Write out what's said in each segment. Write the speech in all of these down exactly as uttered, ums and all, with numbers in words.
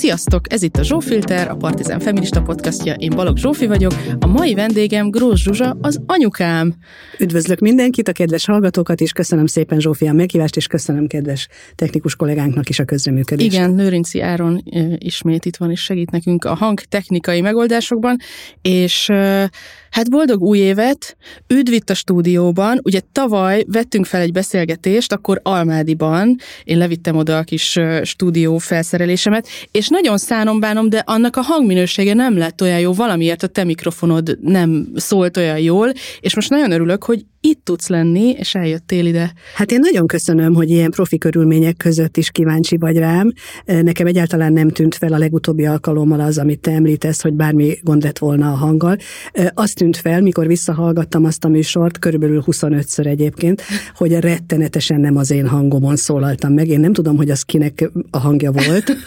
Sziasztok! Ez itt a Zsófilter, a Partizán feminista podcastja. Én Balogh Zsófi vagyok. A mai vendégem Grósz Zsuzsa, az anyukám. Üdvözlök mindenkit, a kedves hallgatókat is. Köszönöm szépen Zsófi a meghívást, és köszönöm kedves technikus kollégánknak is a közreműködést. Igen, Lőrinci Áron ismét itt van, és segít nekünk a hangtechnikai megoldásokban, és hát boldog új évet, üdv itt a stúdióban. Ugye tavaly vettünk fel egy beszélgetést, akkor Almádiban, én levittem oda a kis stúdió felszerelésemet, és nagyon szánom bánom, de annak a hangminősége nem lett olyan jó, valamiért a te mikrofonod nem szólt olyan jól, és most nagyon örülök, hogy itt tudsz lenni, és eljöttél ide. Hát én nagyon köszönöm, hogy ilyen profi körülmények között is kíváncsi vagy rám. Nekem egyáltalán nem tűnt fel a legutóbbi alkalommal az, amit te említesz, hogy bármi gond lett volna a hanggal. Azt tűnt fel, mikor visszahallgattam azt a műsort, körülbelül huszonötször egyébként, hogy rettenetesen nem az én hangomon szólaltam meg. Én nem tudom, hogy az kinek a hangja volt,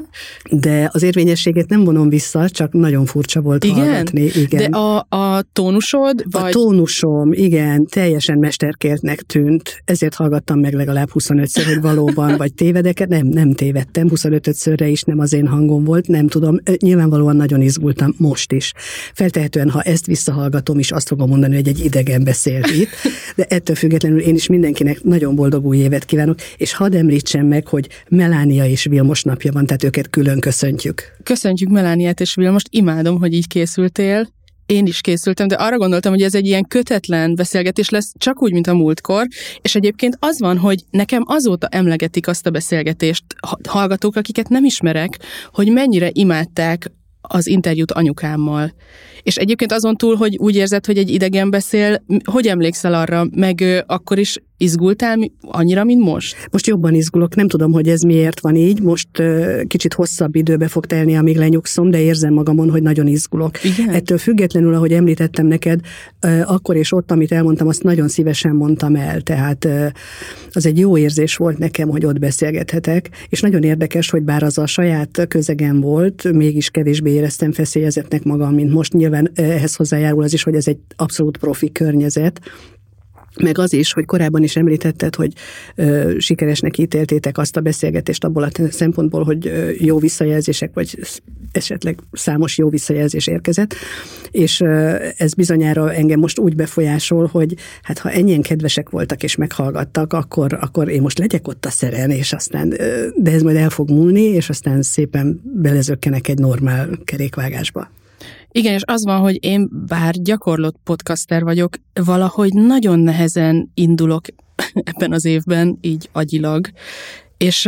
de az érvényességet nem vonom vissza, csak nagyon furcsa volt igen? hallgatni. Igen. De a, a tónusod? Vagy... A tónusom, igen, teljesen mesterkéltnek tűnt, ezért hallgattam meg legalább huszonötször, hogy valóban vagy tévedek. Nem, nem tévedtem, huszonötszörre is nem az én hangom volt, nem tudom, nyilvánvalóan nagyon izgultam most is. Feltehetően, ha ezt visszahallgatom is, azt fogom mondani, hogy egy idegen beszélt itt, de ettől függetlenül én is mindenkinek nagyon boldog új évet kívánok, és hadd említsem meg, hogy Melánia és Vilmos napja van, tehát őket külön köszöntjük. Köszöntjük Melániát és Vilmost, imádom, hogy így készültél. Én is készültem, de arra gondoltam, hogy ez egy ilyen kötetlen beszélgetés lesz, csak úgy, mint a múltkor, és egyébként az van, hogy nekem azóta emlegetik azt a beszélgetést hallgatók, akiket nem ismerek, hogy mennyire imádták az interjút anyukámmal. És egyébként azon túl, hogy úgy érzed, hogy egy idegen beszél, hogy emlékszel arra, meg ö, akkor is izgultál annyira, mint most? Most jobban izgulok, nem tudom, hogy ez miért van így, most uh, kicsit hosszabb időbe fog telni, amíg lenyugszom, de érzem magamon, hogy nagyon izgulok. Igen? Ettől függetlenül, ahogy említettem neked, uh, akkor és ott, amit elmondtam, azt nagyon szívesen mondtam el, tehát uh, az egy jó érzés volt nekem, hogy ott beszélgethetek, és nagyon érdekes, hogy bár az a saját közegem volt, mégis kevésbé éreztem feszélyezetnek magam, mint most. Nyilván ehhez hozzájárul az is, hogy ez egy abszolút profi környezet, meg az is, hogy korábban is említetted, hogy ö, sikeresnek ítéltétek azt a beszélgetést abból a szempontból, hogy ö, jó visszajelzések, vagy esetleg számos jó visszajelzés érkezett, és ö, ez bizonyára engem most úgy befolyásol, hogy hát ha ennyien kedvesek voltak és meghallgattak, akkor, akkor én most legyek ott a szeren, és aztán, ö, de ez majd el fog múlni, és aztán szépen belezökkenek egy normál kerékvágásba. Igen, és az van, hogy én bár gyakorlott podcaster vagyok, valahogy nagyon nehezen indulok ebben az évben, így agyilag, és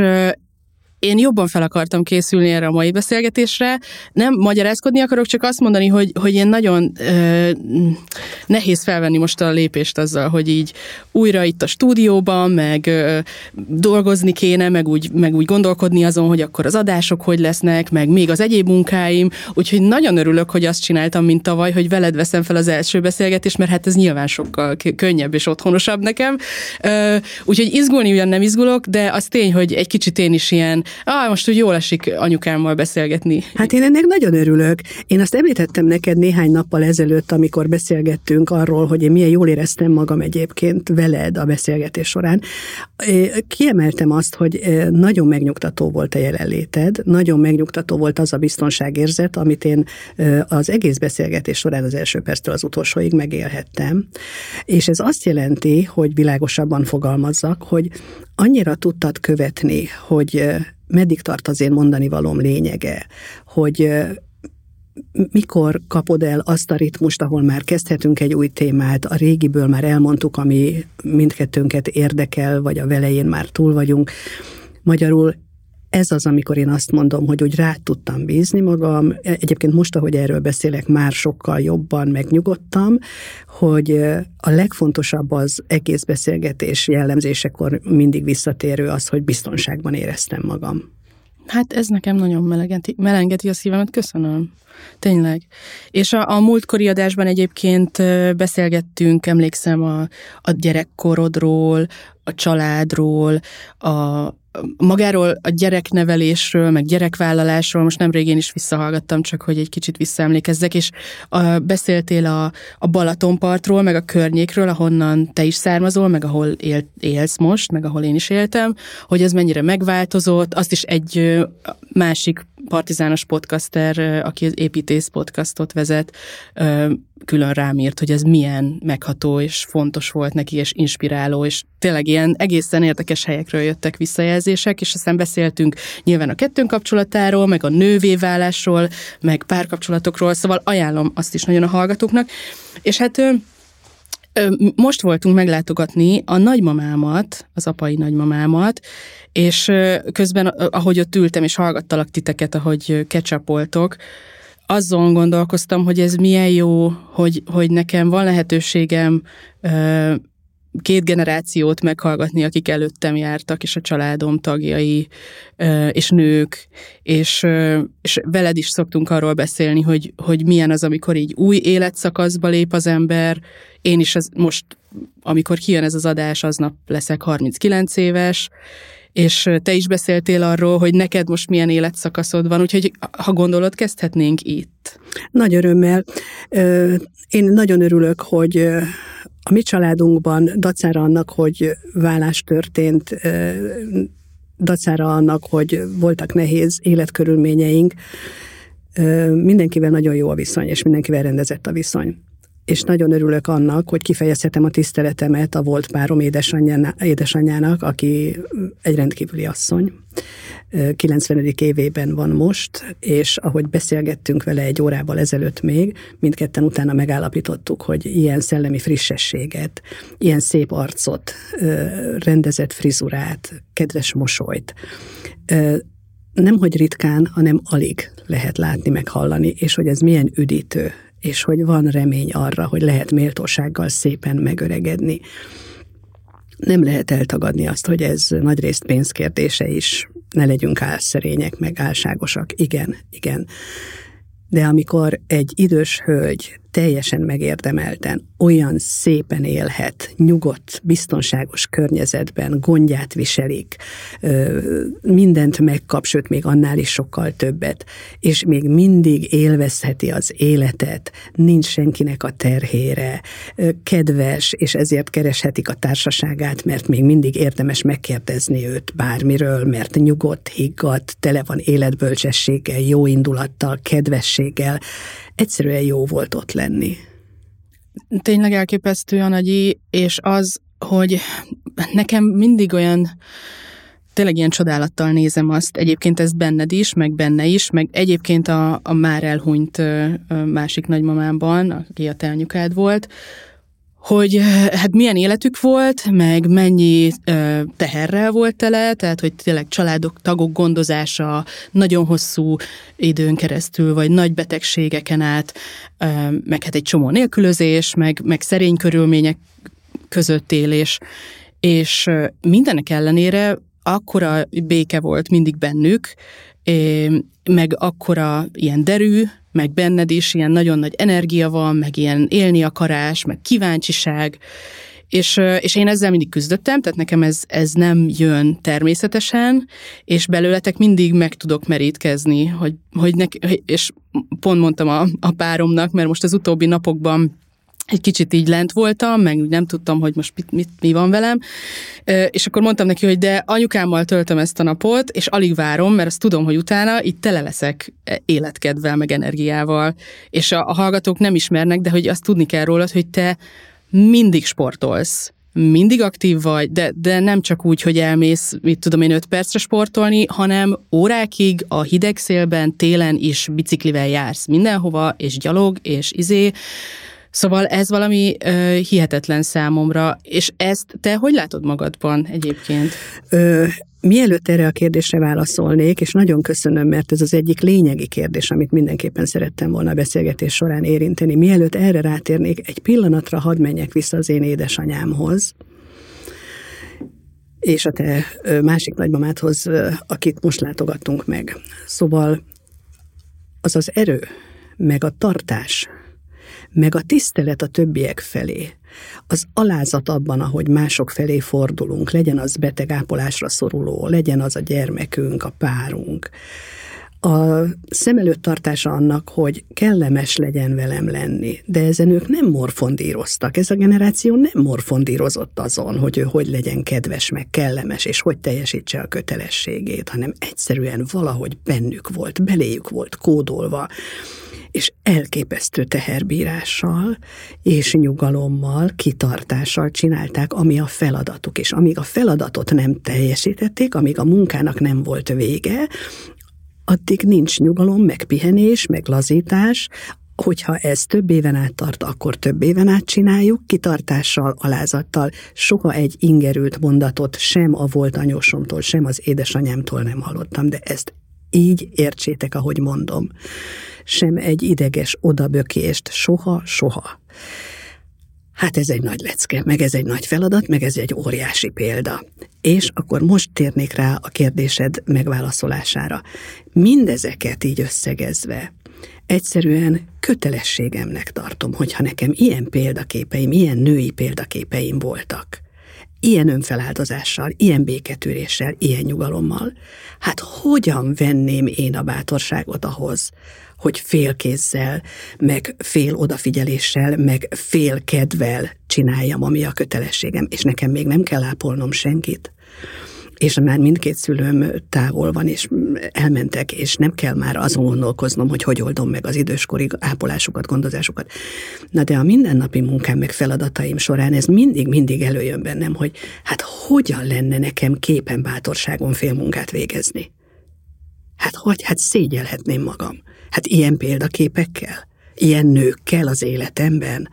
én jobban fel akartam készülni erre a mai beszélgetésre. Nem magyarázkodni akarok, csak azt mondani, hogy, hogy én nagyon ö, nehéz felvenni most a lépést azzal, hogy így újra itt a stúdióban, meg ö, dolgozni kéne, meg úgy, meg úgy gondolkodni azon, hogy akkor az adások hogy lesznek, meg még az egyéb munkáim. Úgyhogy nagyon örülök, hogy azt csináltam, mint tavaly, hogy veled veszem fel az első beszélgetést, mert hát ez nyilván sokkal könnyebb és otthonosabb nekem. Ö, úgyhogy izgulni ugyan nem izgulok, de az tény, hogy egy kicsit én is ilyen Ah, most úgy jól esik anyukámmal beszélgetni. Hát én ennek nagyon örülök. Én azt említettem neked néhány nappal ezelőtt, amikor beszélgettünk arról, hogy én milyen jól éreztem magam egyébként veled a beszélgetés során. Kiemeltem azt, hogy nagyon megnyugtató volt a jelenléted, nagyon megnyugtató volt az a biztonságérzet, amit én az egész beszélgetés során az első perctől az utolsóig megélhettem. És ez azt jelenti, hogy világosabban fogalmazzak, hogy annyira tudtad követni, hogy meddig tart az én mondani valóm lényege, hogy mikor kapod el azt a ritmust, ahol már kezdhetünk egy új témát, a régiből már elmondtuk, ami mindkettőnket érdekel, vagy a velején már túl vagyunk. Magyarul ez az, amikor én azt mondom, hogy úgy rá tudtam bízni magam. Egyébként most, ahogy erről beszélek, már sokkal jobban megnyugodtam, hogy a legfontosabb az egész beszélgetés jellemzésekor mindig visszatérő az, hogy biztonságban éreztem magam. Hát ez nekem nagyon melegeti, melengeti a szívemet, köszönöm. Tényleg. És a, a múltkori adásban egyébként beszélgettünk, emlékszem a, a gyerekkorodról, a családról, a magáról a gyereknevelésről, meg gyerekvállalásról, most nemrég én is visszahallgattam, csak hogy egy kicsit visszaemlékezzek, és a, beszéltél a, a Balatonpartról, meg a környékről, ahonnan te is származol, meg ahol él, élsz most, meg ahol én is éltem, hogy ez mennyire megváltozott, azt is egy másik partizános podcaster, aki az építész podcastot vezet, külön rám írt, hogy ez milyen megható és fontos volt neki, és inspiráló, és tényleg ilyen egészen érdekes helyekről jöttek visszajelzések, és aztán beszéltünk nyilván a kettőnk kapcsolatáról, meg a nővé válásról, meg párkapcsolatokról, szóval ajánlom azt is nagyon a hallgatóknak. És hát most voltunk meglátogatni a nagymamámat, az apai nagymamámat, és közben, ahogy ott ültem és hallgattalak titeket, ahogy ketchupoltok, azon gondolkoztam, hogy ez milyen jó, hogy, hogy nekem van lehetőségem két generációt meghallgatni, akik előttem jártak, és a családom tagjai, és nők, és, és veled is szoktunk arról beszélni, hogy, hogy milyen az, amikor így új életszakaszba lép az ember. Én is az, most, amikor kijön ez az adás, aznap leszek harminckilenc éves, és te is beszéltél arról, hogy neked most milyen életszakaszod van, úgyhogy ha gondolod, kezdhetnénk itt. Nagy örömmel. Én nagyon örülök, hogy a mi családunkban dacára annak, hogy válás történt, dacára annak, hogy voltak nehéz életkörülményeink, mindenkivel nagyon jó a viszony, és mindenkivel rendezett a viszony. És nagyon örülök annak, hogy kifejezhetem a tiszteletemet a volt párom édesanyjának, aki egy rendkívüli asszony. kilencvenedik évében van most, és ahogy beszélgettünk vele egy órával ezelőtt még, mindketten utána megállapítottuk, hogy ilyen szellemi frissességet, ilyen szép arcot, rendezett frizurát, kedves mosolyt, nemhogy ritkán, hanem alig lehet látni, meghallani, és hogy ez milyen üdítő, és hogy van remény arra, hogy lehet méltósággal szépen megöregedni. Nem lehet eltagadni azt, hogy ez nagyrészt pénzkérdése is, ne legyünk álszerények, meg álságosak. Igen, igen. De amikor egy idős hölgy teljesen megérdemelten olyan szépen élhet, nyugodt, biztonságos környezetben, gondját viselik, mindent megkap, sőt, még annál is sokkal többet, és még mindig élvezheti az életet, nincs senkinek a terhére, kedves, és ezért kereshetik a társaságát, mert még mindig érdemes megkérdezni őt bármiről, mert nyugodt, higgadt, tele van életbölcsességgel, jó indulattal, kedvességgel. Egyszerűen jó volt ott lenni. Tényleg elképesztő, Nagyi, és az, hogy nekem mindig olyan, tényleg ilyen csodálattal nézem azt, egyébként ez benned is, meg benne is, meg egyébként a, a már elhunyt másik nagymamámban, aki a te anyukád volt, hogy hát milyen életük volt, meg mennyi ö, teherrel volt tele, tehát hogy tényleg családok, tagok gondozása nagyon hosszú időn keresztül, vagy nagy betegségeken át, ö, meg hát egy csomó nélkülözés, meg, meg szerény körülmények között élés, és ö, mindenek ellenére akkora béke volt mindig bennük, é, meg akkora ilyen derű, meg benned is ilyen nagyon nagy energia van, meg ilyen élni akarás, meg kíváncsiság, és, és én ezzel mindig küzdöttem, tehát nekem ez, ez nem jön természetesen, és belőletek mindig meg tudok merítkezni, hogy, hogy nek, és pont mondtam a, a páromnak, mert most az utóbbi napokban egy kicsit így lent voltam, meg nem tudtam, hogy most mit, mit, mi van velem, és akkor mondtam neki, hogy de anyukámmal töltöm ezt a napot, és alig várom, mert azt tudom, hogy utána itt tele leszek életkedvel, meg energiával, és a, a hallgatók nem ismernek, de hogy azt tudni kell rólad, hogy te mindig sportolsz, mindig aktív vagy, de, de nem csak úgy, hogy elmész, mit tudom én, öt percre sportolni, hanem órákig a hideg szélben, télen is biciklivel jársz mindenhova, és gyalog, és izé. Szóval ez valami ö, hihetetlen számomra, és ezt te hogy látod magadban egyébként? Ö, mielőtt erre a kérdésre válaszolnék, és nagyon köszönöm, mert ez az egyik lényegi kérdés, amit mindenképpen szerettem volna a beszélgetés során érinteni. Mielőtt erre rátérnék, egy pillanatra hadd menjek vissza az én édesanyámhoz, és a te másik nagymamádhoz, akit most látogattunk meg. Szóval az az erő, meg a tartás, meg a tisztelet a többiek felé, az alázat abban, ahogy mások felé fordulunk, legyen az betegápolásra szoruló, legyen az a gyermekünk, a párunk, a szem előtt tartása annak, hogy kellemes legyen velem lenni, de ezen ők nem morfondíroztak. Ez a generáció nem morfondírozott azon, hogy ő hogy legyen kedves, meg kellemes, és hogy teljesítse a kötelességét, hanem egyszerűen valahogy bennük volt, beléjük volt kódolva, és elképesztő teherbírással és nyugalommal, kitartással csinálták, ami a feladatuk, és amíg a feladatot nem teljesítették, amíg a munkának nem volt vége, addig nincs nyugalom, meg pihenés, meg lazítás. Hogyha ez több éven át tart, akkor több éven át csináljuk, kitartással, alázattal. Soha egy ingerült mondatot sem a volt anyósomtól, sem az édesanyámtól nem hallottam, de ezt így értsétek, ahogy mondom. Sem egy ideges odabökést, soha, soha. Hát ez egy nagy lecke, meg ez egy nagy feladat, meg ez egy óriási példa. És akkor most térnék rá a kérdésed megválaszolására. Mindezeket így összegezve egyszerűen kötelességemnek tartom, hogyha nekem ilyen példaképeim, ilyen női példaképeim voltak, ilyen önfeláldozással, ilyen béketűréssel, ilyen nyugalommal, hát hogyan venném én a bátorságot ahhoz, hogy félkézzel, meg fél odafigyeléssel, meg fél kedvel csináljam, ami a kötelességem, és nekem még nem kell ápolnom senkit. És már mindkét szülőm távol van, és elmentek, és nem kell már azon gondolkoznom, hogy hogy oldom meg az időskori ápolásukat, gondozásukat. Na de a mindennapi munkám meg feladataim során ez mindig-mindig előjön bennem, hogy hát hogyan lenne nekem képen, bátorságon félmunkát végezni? Hát hogy? Hát szégyelhetném magam. Hát ilyen példaképekkel, ilyen nőkkel az életemben.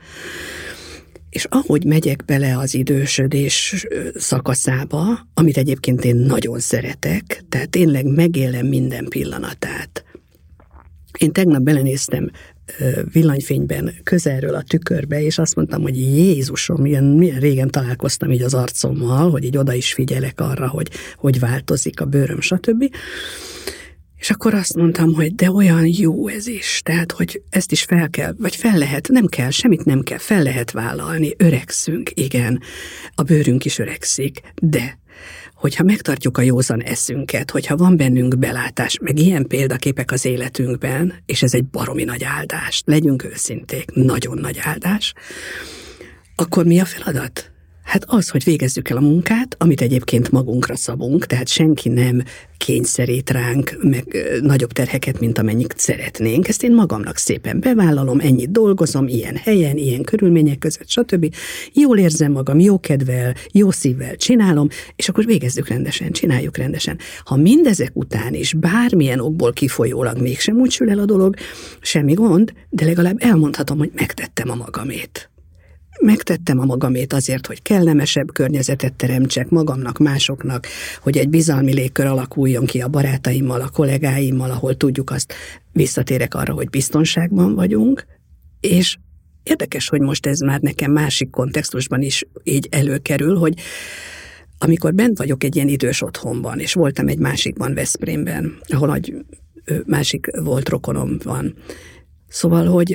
És ahogy megyek bele az idősödés szakaszába, amit egyébként én nagyon szeretek, tehát tényleg megélem minden pillanatát. Én tegnap belenéztem villanyfényben közelről a tükörbe, és azt mondtam, hogy Jézusom, milyen, milyen régen találkoztam így az arcommal, hogy így oda is figyelek arra, hogy hogy változik a bőröm, stb. És akkor azt mondtam, hogy de olyan jó ez is, tehát, hogy ezt is fel kell, vagy fel lehet, nem kell, semmit nem kell, fel lehet vállalni, öregszünk, igen, a bőrünk is öregszik, de hogyha megtartjuk a józan eszünket, hogyha van bennünk belátás, meg ilyen példaképek az életünkben, és ez egy baromi nagy áldás, legyünk őszinték, nagyon nagy áldás, akkor mi a feladat? Hát az, hogy végezzük el a munkát, amit egyébként magunkra szabunk, tehát senki nem kényszerít ránk meg nagyobb terheket, mint amennyit szeretnénk. Ezt én magamnak szépen bevállalom, ennyit dolgozom, ilyen helyen, ilyen körülmények között, stb. Jól érzem magam, jó kedvel, jó szívvel csinálom, és akkor végezzük rendesen, csináljuk rendesen. Ha mindezek után is bármilyen okból kifolyólag mégsem úgy sül el a dolog, semmi gond, de legalább elmondhatom, hogy megtettem a magamét. Megtettem a magamét azért, hogy kellemesebb környezetet teremtsek magamnak, másoknak, hogy egy bizalmi légkör alakuljon ki a barátaimmal, a kollégáimmal, ahol tudjuk azt, visszatérek arra, hogy biztonságban vagyunk, és érdekes, hogy most ez már nekem másik kontextusban is így előkerül, hogy amikor bent vagyok egy ilyen idős otthonban, és voltam egy másikban, Veszprémben, ahol egy másik volt rokonom van. Szóval, hogy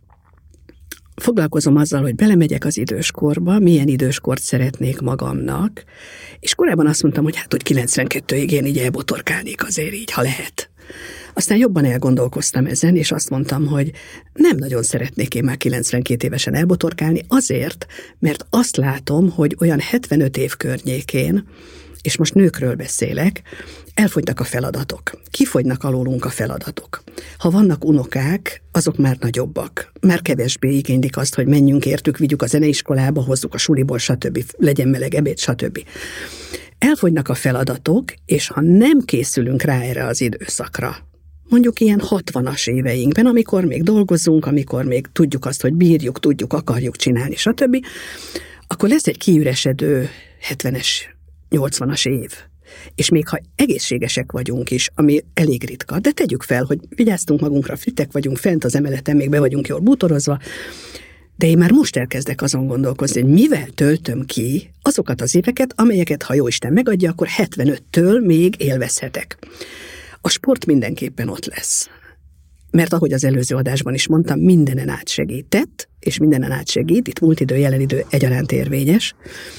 foglalkozom azzal, hogy belemegyek az időskorba, milyen időskort szeretnék magamnak, és korábban azt mondtam, hogy hát, hogy kilencvenkettőig én így elbotorkálnék azért így, ha lehet. Aztán jobban elgondolkoztam ezen, és azt mondtam, hogy nem nagyon szeretnék én már kilencvenkét évesen elbotorkálni, azért, mert azt látom, hogy olyan hetvenöt év környékén, és most nőkről beszélek, elfogynak a feladatok. Kifogynak alólunk a feladatok. Ha vannak unokák, azok már nagyobbak. Már kevésbé igénylik azt, hogy menjünk értük, vigyük a zeneiskolába, hozzuk a suliból, stb. Legyen meleg ebéd, stb. Elfogynak a feladatok, és ha nem készülünk rá erre az időszakra, mondjuk ilyen hatvanas éveinkben, amikor még dolgozunk, amikor még tudjuk azt, hogy bírjuk, tudjuk, akarjuk csinálni, stb., akkor lesz egy kiüresedő hetvenes, nyolcvanas év. És még ha egészségesek vagyunk is, ami elég ritka, de tegyük fel, hogy vigyáztunk magunkra, fitek vagyunk fent az emeleten, még be vagyunk jól bútorozva, de én már most elkezdek azon gondolkozni, hogy mivel töltöm ki azokat az éveket, amelyeket, ha jóisten megadja, akkor hetvenöttől még élvezhetek. A sport mindenképpen ott lesz. Mert ahogy az előző adásban is mondtam, mindenen átsegített, és mindenen átsegít, itt múlt idő, jelen idő egyaránt érvényes.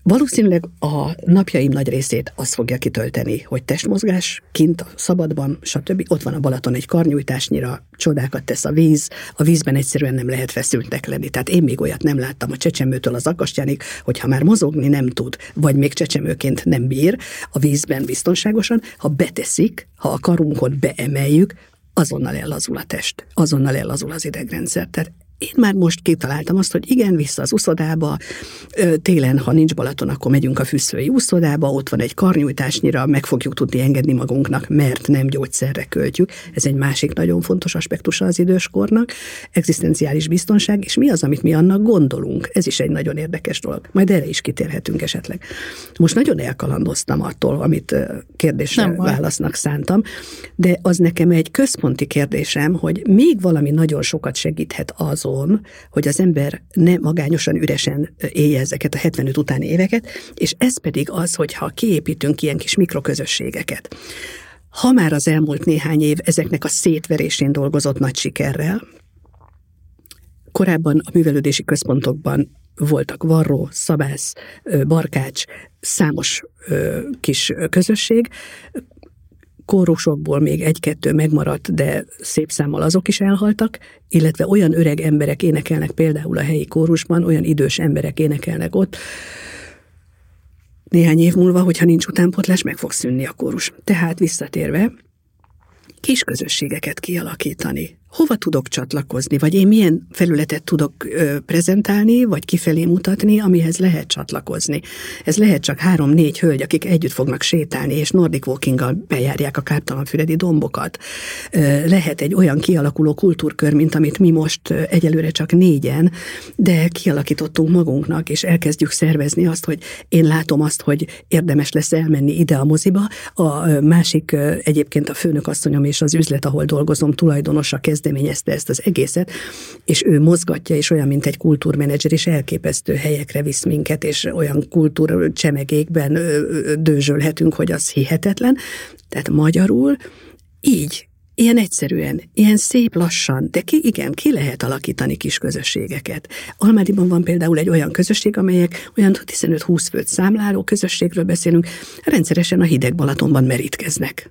Valószínűleg a napjaim nagy részét az fogja kitölteni, hogy testmozgás, kint a szabadban, stb. Ott van a Balaton egy karnyújtásnyira, csodákat tesz a víz, a vízben egyszerűen nem lehet feszültnek lenni. Tehát én még olyat nem láttam a Csecsemőtől az Akastyánig, hogy ha már mozogni nem tud, vagy még csecsemőként nem bír a vízben biztonságosan, ha beteszik, ha a karunkon beemeljük, azonnal ellazul a test, azonnal ellazul az idegrendszer. Tehát én már most kitaláltam azt, hogy igen, vissza az úszodába, télen, ha nincs Balaton, akkor megyünk a Füsszői úszodába, ott van egy karnyújtásnyira, meg fogjuk tudni engedni magunknak, mert nem gyógyszerre költjük. Ez egy másik nagyon fontos aspektusa az időskornak, egzisztenciális biztonság, és mi az, amit mi annak gondolunk. Ez is egy nagyon érdekes dolog. Majd erre is kitérhetünk esetleg. Most nagyon elkalandoztam attól, amit kérdésre válasznak szántam, de az nekem egy központi kérdésem, hogy még valami nagyon sokat segíthet az, hogy az ember ne magányosan, üresen élje ezeket a hetvenöt utáni éveket, és ez pedig az, hogyha kiépítünk ilyen kis mikroközösségeket. Ha már az elmúlt néhány év ezeknek a szétverésén dolgozott nagy sikerrel, korábban a művelődési központokban voltak Varró, Szabász, Barkács, számos kis közösség, kórusokból még egy-kettő megmaradt, de szép számmal azok is elhaltak, illetve olyan öreg emberek énekelnek például a helyi kórusban, olyan idős emberek énekelnek ott, néhány év múlva, hogyha nincs utánpótlás, meg fog szűnni a kórus. Tehát visszatérve, kis közösségeket kialakítani. Hova tudok csatlakozni, vagy én milyen felületet tudok ö, prezentálni, vagy kifelé mutatni, amihez lehet csatlakozni. Ez lehet csak három-négy hölgy, akik együtt fognak sétálni, és Nordic Walkinggal bejárják a Kárptalanfüredi dombokat. Ö, lehet egy olyan kialakuló kultúrkör, mint amit mi most ö, egyelőre csak négyen, de kialakítottunk magunknak, és elkezdjük szervezni azt, hogy én látom azt, hogy érdemes lesz elmenni ide a moziba. A ö, másik ö, egyébként a főnökasszonyom és az üzlet, ahol dolgozom, tulajdonosa kezdeményezte ezt az egészet, és ő mozgatja, és olyan, mint egy kultúrmenedzser, és elképesztő helyekre visz minket, és olyan kultúrcsemegékben dőzsölhetünk, hogy az hihetetlen. Tehát magyarul így, ilyen egyszerűen, ilyen szép lassan, de ki, igen, ki lehet alakítani kis közösségeket. Almádiban van például egy olyan közösség, amelyek olyan tizenöt-húsz főt számláló közösségről beszélünk, rendszeresen a hideg Balatonban merítkeznek.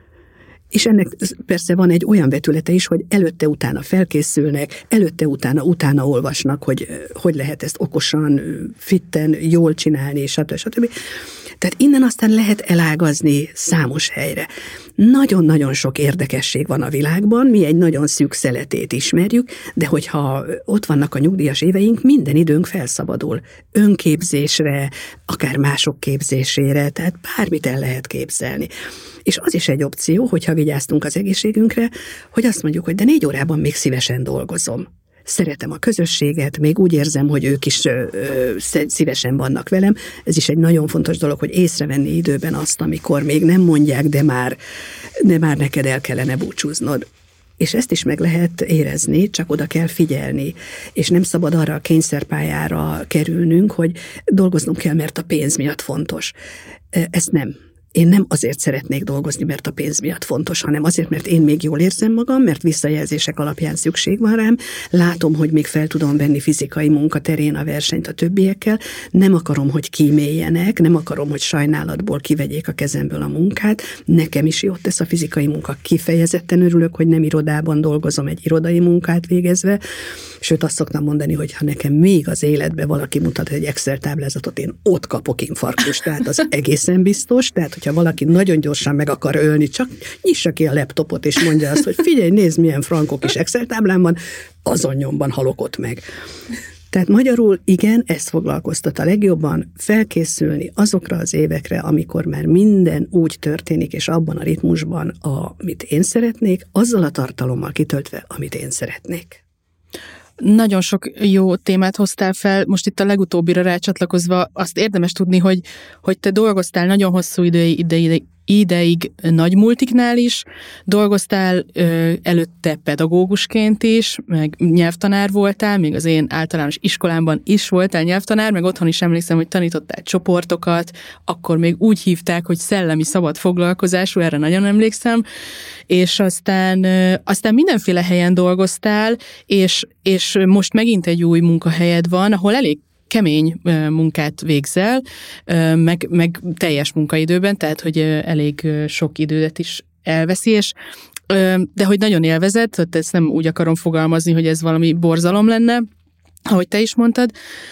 És ennek persze van egy olyan vetülete is, hogy előtte-utána felkészülnek, előtte-utána utána olvasnak, hogy hogy lehet ezt okosan, fitten, jól csinálni, stb. stb. Tehát innen aztán lehet elágazni számos helyre. Nagyon-nagyon sok érdekesség van a világban, mi egy nagyon szűk szeletét ismerjük, de hogyha ott vannak a nyugdíjas éveink, minden időnk felszabadul. Önképzésre, akár mások képzésére, tehát bármit el lehet képzelni. És az is egy opció, hogyha vigyáztunk az egészségünkre, hogy azt mondjuk, hogy de négy órában még szívesen dolgozom. Szeretem a közösséget, még úgy érzem, hogy ők is ö, ö, szívesen vannak velem. Ez is egy nagyon fontos dolog, hogy észrevenni időben azt, amikor még nem mondják, de már, de már neked el kellene búcsúznod. És ezt is meg lehet érezni, csak oda kell figyelni, és nem szabad arra a kényszerpályára kerülnünk, hogy dolgoznom kell, mert a pénz miatt fontos. Ezt nem. Én nem azért szeretnék dolgozni, mert a pénz miatt fontos, hanem azért, mert én még jól érzem magam, mert visszajelzések alapján szükség van rám, látom, hogy még fel tudom venni fizikai munka terén a versenyt a többiekkel, nem akarom, hogy kíméljenek, nem akarom, hogy sajnálatból kivegyék a kezemből a munkát, nekem is jót tesz a fizikai munka, kifejezetten örülök, hogy nem irodában dolgozom egy irodai munkát végezve, sőt azt szoktam mondani, hogy ha nekem még az életbe valaki mutat egy Excel táblázatot, én ott kapok infarktust, tehát az egészen biztos, tehát hogyha valaki nagyon gyorsan meg akar ölni, csak nyissa ki a laptopot, és mondja azt, hogy figyelj, nézd, milyen frankok is Excel táblán van, azon nyomban halok ott meg. Tehát magyarul igen, ezt foglalkoztat a legjobban, felkészülni azokra az évekre, amikor már minden úgy történik, és abban a ritmusban, amit én szeretnék, azzal a tartalommal kitöltve, amit én szeretnék. Nagyon sok jó témát hoztál fel, most itt a legutóbbira rácsatlakozva azt érdemes tudni, hogy, hogy te dolgoztál nagyon hosszú ideig, ideig, ideig nagy multiknál is, dolgoztál ö, előtte pedagógusként is, meg nyelvtanár voltál, még az én általános iskolámban is voltál nyelvtanár, meg otthon is emlékszem, hogy tanítottál csoportokat, akkor még úgy hívták, hogy szellemi szabad foglalkozású, erre nagyon emlékszem, és aztán, ö, aztán mindenféle helyen dolgoztál, és, és most megint egy új munkahelyed van, ahol elég kemény munkát végzel, meg, meg teljes munkaidőben, tehát hogy elég sok időt is elveszi, és de hogy nagyon élvezed, tehát ezt nem úgy akarom fogalmazni, hogy ez valami borzalom lenne, ahogy te is mondtad,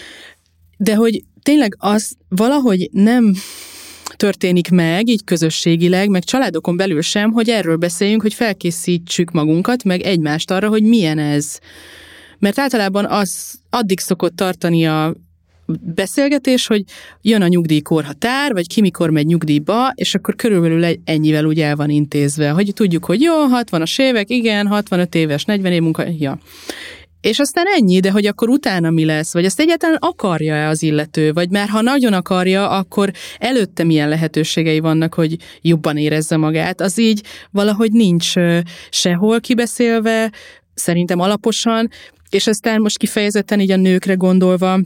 de hogy tényleg az valahogy nem történik meg, így közösségileg, meg családokon belül sem, hogy erről beszéljünk, hogy felkészítsük magunkat, meg egymást arra, hogy milyen ez. Mert általában az addig szokott tartani a beszélgetés, hogy jön a nyugdíjkorhatár, vagy ki mikor megy nyugdíjba, és akkor körülbelül ennyivel úgy el van intézve, hogy tudjuk, hogy jó, hatvanas évek, igen, hatvanöt éves, negyven év munka, ja. És aztán ennyi, de hogy akkor utána mi lesz, vagy ezt egyáltalán akarja-e az illető, vagy már ha nagyon akarja, akkor előtte milyen lehetőségei vannak, hogy jobban érezze magát, az így valahogy nincs sehol kibeszélve, szerintem alaposan, és aztán most kifejezetten így a nőkre gondolva,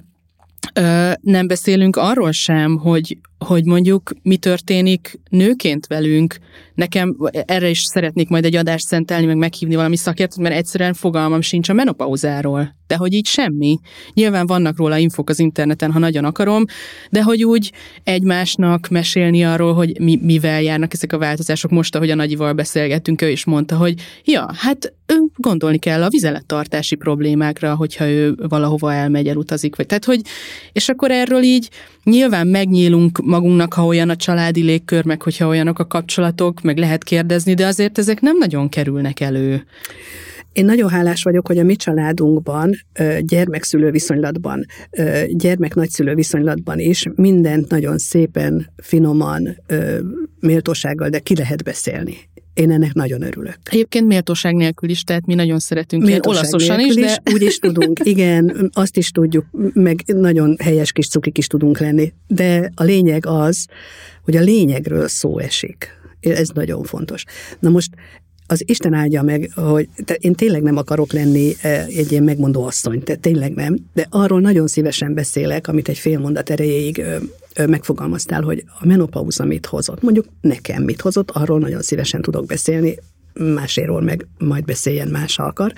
nem beszélünk arról sem, hogy, hogy mondjuk mi történik nőként velünk. Nekem erre is szeretnék majd egy adást szentelni, meg meghívni valami szakértőt, mert egyszerűen fogalmam sincs a menopauzáról. De hogy így semmi. Nyilván vannak róla infok az interneten, ha nagyon akarom, de hogy úgy egymásnak mesélni arról, hogy mi, mivel járnak ezek a változások. Most, ahogy a Nagyival beszélgettünk, ő is mondta, hogy ja, hát gondolni kell a vizelettartási problémákra, hogyha ő valahova elmegy, elutazik, vagy tehát, hogy és akkor erről így nyilván megnyílunk magunknak, ha olyan a családi légkör, meg hogyha olyanok a kapcsolatok, meg lehet kérdezni, de azért ezek nem nagyon kerülnek elő. Én nagyon hálás vagyok, hogy a mi családunkban, gyermekszülő viszonylatban, gyermek-nagyszülő viszonylatban is mindent nagyon szépen, finoman, méltósággal, de ki lehet beszélni. Én ennek nagyon örülök. Egyébként méltóság nélkül is, tehát mi nagyon szeretünk ilyen olaszosan is, de... Úgy is tudunk, igen, azt is tudjuk, meg nagyon helyes kis cukik is tudunk lenni, de a lényeg az, hogy a lényegről szó esik. Ez nagyon fontos. Na most az Isten áldja meg, hogy én tényleg nem akarok lenni egy ilyen megmondó asszony, tehát tényleg nem, de arról nagyon szívesen beszélek, amit egy fél mondat erejéig megfogalmaztál, hogy a menopauza mit hozott. Mondjuk nekem mit hozott, arról nagyon szívesen tudok beszélni, máséról meg majd beszéljen más, ha akar.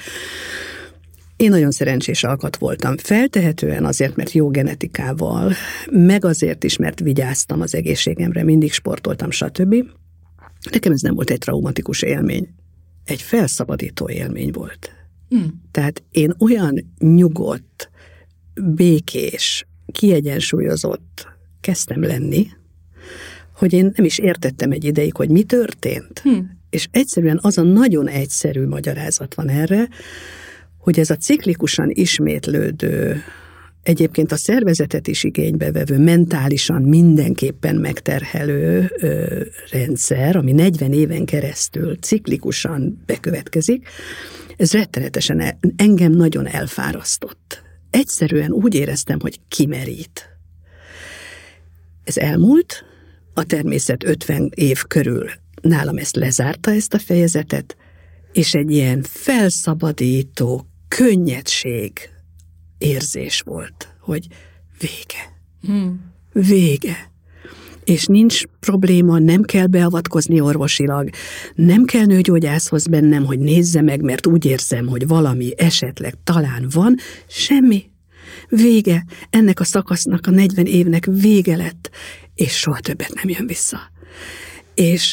Én nagyon szerencsés alkat voltam. Feltehetően azért, mert jó genetikával, meg azért is, mert vigyáztam az egészségemre, mindig sportoltam, stb. Nekem ez nem volt egy traumatikus élmény. Egy felszabadító élmény volt. Mm. Tehát én olyan nyugodt, békés, kiegyensúlyozott kezdtem lenni, hogy én nem is értettem egy ideig, hogy mi történt. Mm. És egyszerűen az a nagyon egyszerű magyarázat van erre, hogy ez a ciklikusan ismétlődő, egyébként a szervezetet is igénybe vevő, mentálisan mindenképpen megterhelő ö, rendszer, ami negyven éven keresztül ciklikusan bekövetkezik, ez rettenetesen el, engem nagyon elfárasztott. Egyszerűen úgy éreztem, hogy kimerít. Ez elmúlt, a természet ötven év körül nálam ezt lezárta, ezt a fejezetet, és egy ilyen felszabadító könnyedség érzés volt, hogy vége. Hmm. Vége. És nincs probléma, nem kell beavatkozni orvosilag, nem kell nőgyógyászhoz bennem, hogy nézze meg, mert úgy érzem, hogy valami esetleg talán van, semmi. Vége. Ennek a szakasznak, a negyven évnek vége lett, és soha többet nem jön vissza. És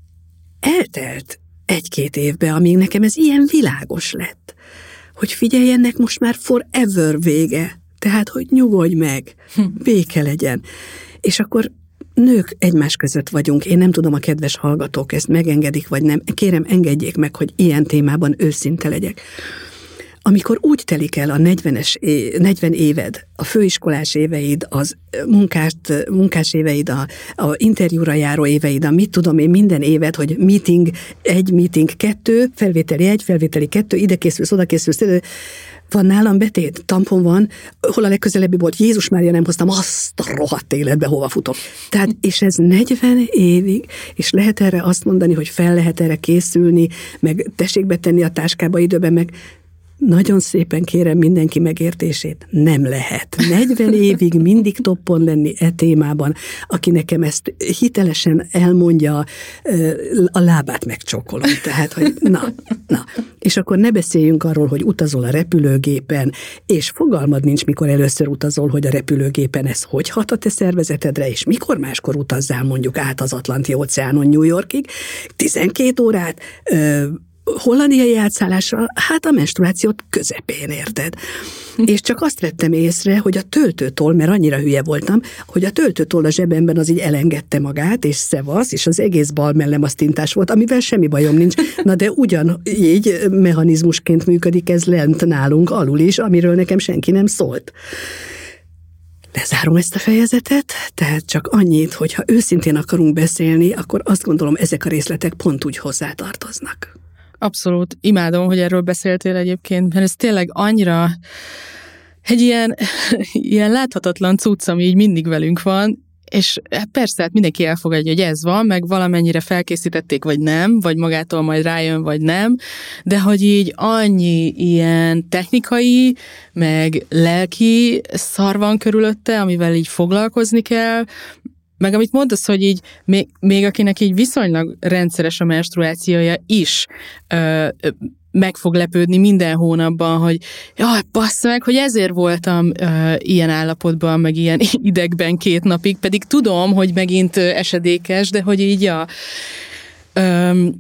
eltelt egy-két évbe, amíg nekem ez ilyen világos lett, hogy figyelj, ennek most már forever vége, tehát, hogy nyugodj meg, béke legyen. És akkor nők egymás között vagyunk, én nem tudom, a kedves hallgatók ezt megengedik, vagy nem, kérem, engedjék meg, hogy ilyen témában őszinte legyek. Amikor úgy telik el a negyvenes, negyven éved, a főiskolás éveid, az munkát, munkás éveid, a, a interjúra járó éveid, a mit tudom én, minden évet, hogy meeting egy, meeting kettő, felvételi egy, felvételi kettő, ide készülsz, oda készülsz, ide. Van nálam betét, tampon van, hol a legközelebbi volt, Jézus Mária, nem hoztam azt a rohadt életbe, hova futok. Tehát, és ez negyven évig, és lehet erre azt mondani, hogy fel lehet erre készülni, meg tessék betenni a táskába időben, meg nagyon szépen kérem mindenki megértését, nem lehet. negyven évig mindig toppon lenni e témában, aki nekem ezt hitelesen elmondja, a lábát megcsókolom. Tehát, hogy na, na. És akkor ne beszéljünk arról, hogy utazol a repülőgépen, és fogalmad nincs, mikor először utazol, hogy a repülőgépen ez hogy hat a te szervezetedre, és mikor máskor utazzál mondjuk át az Atlanti-óceánon New Yorkig, tizenkét órát, ö, hollandiai átszállásra, hát a menstruációt közepén, érted? És csak azt vettem észre, hogy a töltőtoll, mert annyira hülye voltam, hogy a töltőtoll a zsebemben az így elengedte magát, és szevasz, és az egész bal mellem az tintás volt, amivel semmi bajom nincs. Na de ugyanígy mechanizmusként működik ez lent nálunk alul is, amiről nekem senki nem szólt. Lezárom ezt a fejezetet, tehát csak annyit, hogy ha őszintén akarunk beszélni, akkor azt gondolom, ezek a részletek pont úgy hozzátartoznak. Abszolút. Imádom, hogy erről beszéltél egyébként, mert ez tényleg annyira egy ilyen, ilyen láthatatlan cucc, ami így mindig velünk van, és persze, hát mindenki elfogadja, hogy ez van, meg valamennyire felkészítették, vagy nem, vagy magától majd rájön, vagy nem, de hogy így annyi ilyen technikai, meg lelki szar van körülötte, amivel így foglalkozni kell, meg amit mondasz, hogy így még, még akinek így viszonylag rendszeres a menstruációja is ö, ö, meg fog lepődni minden hónapban, hogy jaj, bassza meg, hogy ezért voltam ö, ilyen állapotban, meg ilyen idegben két napig, pedig tudom, hogy megint esedékes, de hogy így ja. Um.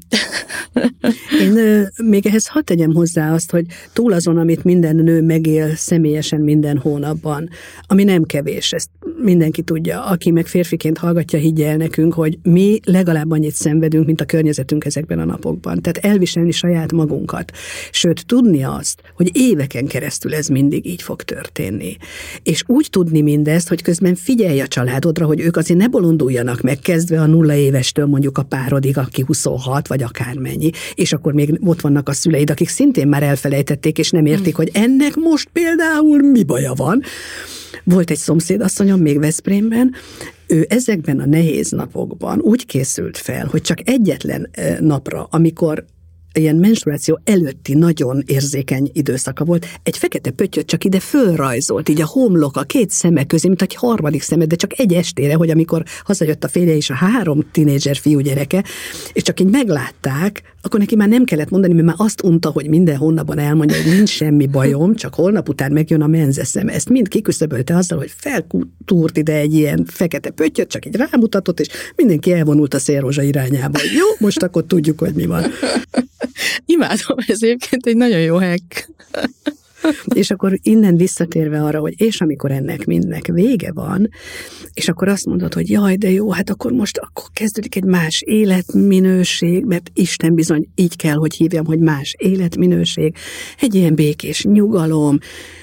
Én ö, még ehhez hadd tegyem hozzá azt, hogy túl azon, amit minden nő megél személyesen minden hónapban, ami nem kevés, ezt mindenki tudja, aki meg férfiként hallgatja, higgye el nekünk, hogy mi legalább annyit szenvedünk, mint a környezetünk ezekben a napokban. Tehát elviselni saját magunkat. Sőt, tudni azt, hogy éveken keresztül ez mindig így fog történni. És úgy tudni mindezt, hogy közben figyelj a családodra, hogy ők azért ne bolonduljanak meg, kezdve a nulla évestől mondjuk a párodig, aki huszonhat, vagy akármennyi, és akkor még ott vannak a szüleid, akik szintén már elfelejtették, és nem értik, hogy ennek most például mi baja van. Volt egy szomszédasszonyom még Veszprémben, ő ezekben a nehéz napokban úgy készült fel, hogy csak egyetlen napra, amikor ilyen menstruáció előtti nagyon érzékeny időszaka volt, egy fekete pöttyöt csak ide fölrajzolt, így a homlok, a két szeme közé, mint egy harmadik szemed, de csak egy estére, hogy amikor hazajött a férje és a három tinédzser fiú gyereke, és csak így meglátták, akkor neki már nem kellett mondani, mert már azt unta, hogy minden hónapban elmondja, hogy nincs semmi bajom, csak holnap után megjön a menzeszem. Ezt mind kiküszöbölte azzal, hogy feltúrt ide egy ilyen fekete pöttyöt, csak így rámutatott, és mindenki elvonult a szélrózsa irányába. Jó, most akkor tudjuk, hogy mi van. Imádom, ez egyébként egy nagyon jó hack. És akkor innen visszatérve arra, hogy és amikor ennek mindnek vége van, és akkor azt mondod, hogy jaj, de jó, hát akkor most akkor kezdődik egy más életminőség, mert Isten bizony így kell, hogy hívjam, hogy más életminőség, egy ilyen békés nyugalom,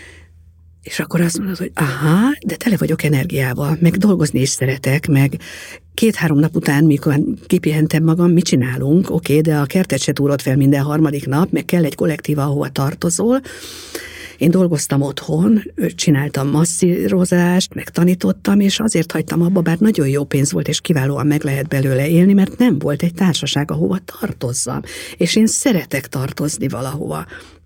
és akkor azt mondod, hogy aha, de tele vagyok energiával, meg dolgozni is szeretek, meg két-három nap után, mikor kipihentem magam, mit csinálunk? Oké, okay, de a kertet se túrod fel minden harmadik nap, meg kell egy kollektíva, ahova tartozol. Én dolgoztam otthon, csináltam masszírozást, meg tanítottam, és azért hagytam abba, bár nagyon jó pénz volt, és kiválóan meg lehet belőle élni, mert nem volt egy társaság, ahova tartozzam. És én szeretek tartozni valahova.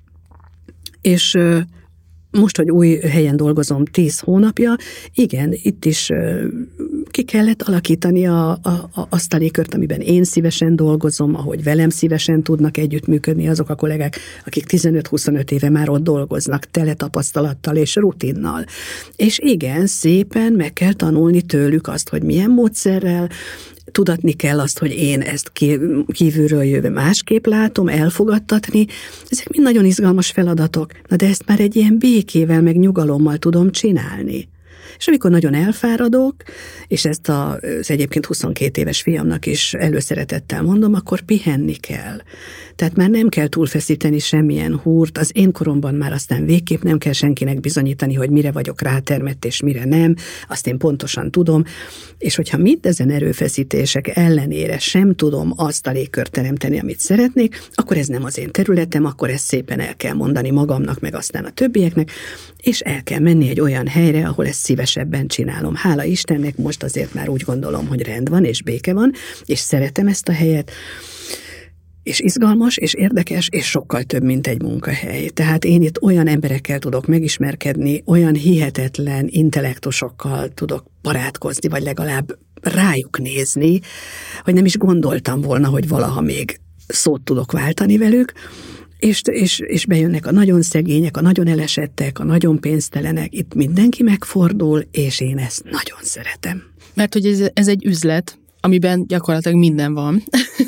És most, hogy új helyen dolgozom tíz hónapja, igen, itt is ki kellett alakítani a, a, a, azt a légkört, amiben én szívesen dolgozom, ahogy velem szívesen tudnak együttműködni azok a kollégák, akik tizenöt-huszonöt éve már ott dolgoznak, tele tapasztalattal és rutinnal. És igen, szépen meg kell tanulni tőlük azt, hogy milyen módszerrel, tudatni kell azt, hogy én ezt kívülről jövő másképp látom, elfogadtatni. Ezek mind nagyon izgalmas feladatok, na de ezt már egy ilyen békével, meg nyugalommal tudom csinálni. És amikor nagyon elfáradok, és ezt az egyébként huszonkét éves fiamnak is előszeretettel mondom, akkor pihenni kell. Tehát már nem kell túlfeszíteni semmilyen húrt, az én koromban már aztán végképp nem kell senkinek bizonyítani, hogy mire vagyok rátermett és mire nem, azt én pontosan tudom, és hogyha mindezen erőfeszítések ellenére sem tudom azt a légkört teremteni, amit szeretnék, akkor ez nem az én területem, akkor ezt szépen el kell mondani magamnak, meg aztán a többieknek, és el kell menni egy olyan helyre, ahol ezt szívesebben csinálom. Hála Istennek most azért már úgy gondolom, hogy rend van és béke van, és szeretem ezt a helyet, és izgalmas, és érdekes, és sokkal több, mint egy munkahely. Tehát én itt olyan emberekkel tudok megismerkedni, olyan hihetetlen intellektusokkal tudok barátkozni, vagy legalább rájuk nézni, hogy nem is gondoltam volna, hogy valaha még szót tudok váltani velük, és, és, és bejönnek a nagyon szegények, a nagyon elesettek, a nagyon pénztelenek, itt mindenki megfordul, és én ezt nagyon szeretem. Mert hogy ez, ez egy üzlet, amiben gyakorlatilag minden van,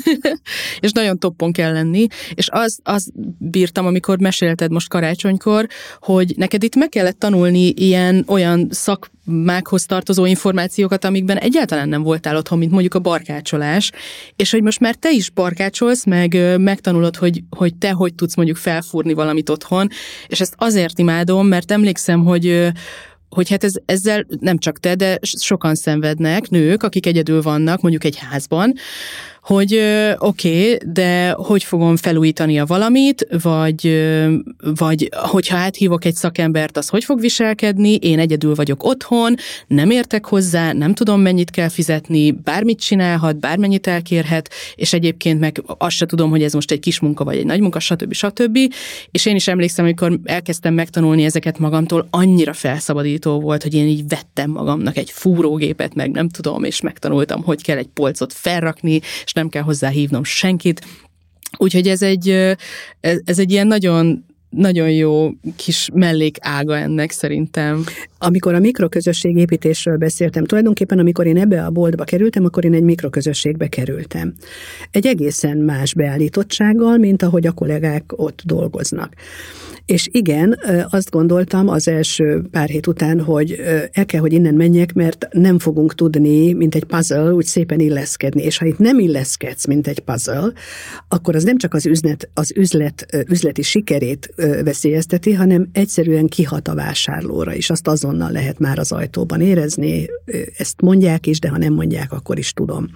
és nagyon toppon kell lenni, és az, az bírtam, amikor mesélted most karácsonykor, hogy neked itt meg kellett tanulni ilyen olyan szakmákhoz tartozó információkat, amikben egyáltalán nem voltál otthon, mint mondjuk a barkácsolás, és hogy most már te is barkácsolsz, meg megtanulod, hogy, hogy te hogy tudsz mondjuk felfúrni valamit otthon, és ezt azért imádom, mert emlékszem, hogy hogy hát ez, ezzel nem csak te, de sokan szenvednek, nők, akik egyedül vannak, mondjuk egy házban, hogy oké, okay, de hogy fogom felújítani a valamit, vagy, vagy hogyha áthívok egy szakembert, az hogy fog viselkedni, én egyedül vagyok otthon, nem értek hozzá, nem tudom, mennyit kell fizetni, bármit csinálhat, bármennyit elkérhet, és egyébként meg azt se tudom, hogy ez most egy kis munka, vagy egy nagy munka, stb. stb. És én is emlékszem, amikor elkezdtem megtanulni ezeket magamtól, annyira felszabadító volt, hogy én így vettem magamnak egy fúrógépet, meg nem tudom, és megtanultam, hogy kell egy polcot felrakni, és nem kell hozzá hívnom senkit. Úgyhogy ez egy, ez, ez egy ilyen nagyon, nagyon jó kis mellékága ennek szerintem. Amikor a mikroközösségépítésről beszéltem, tulajdonképpen amikor én ebbe a boltba kerültem, akkor én egy mikroközösségbe kerültem. Egy egészen más beállítottsággal, mint ahogy a kollégák ott dolgoznak. És igen, azt gondoltam az első pár hét után, hogy el kell, hogy innen menjek, mert nem fogunk tudni, mint egy puzzle, úgy szépen illeszkedni. És ha itt nem illeszkedsz, mint egy puzzle, akkor az nem csak az üzlet, az üzlet, üzleti sikerét veszélyezteti, hanem egyszerűen kihat a vásárlóra is. Azt azonnal lehet már az ajtóban érezni. Ezt mondják is, de ha nem mondják, akkor is tudom.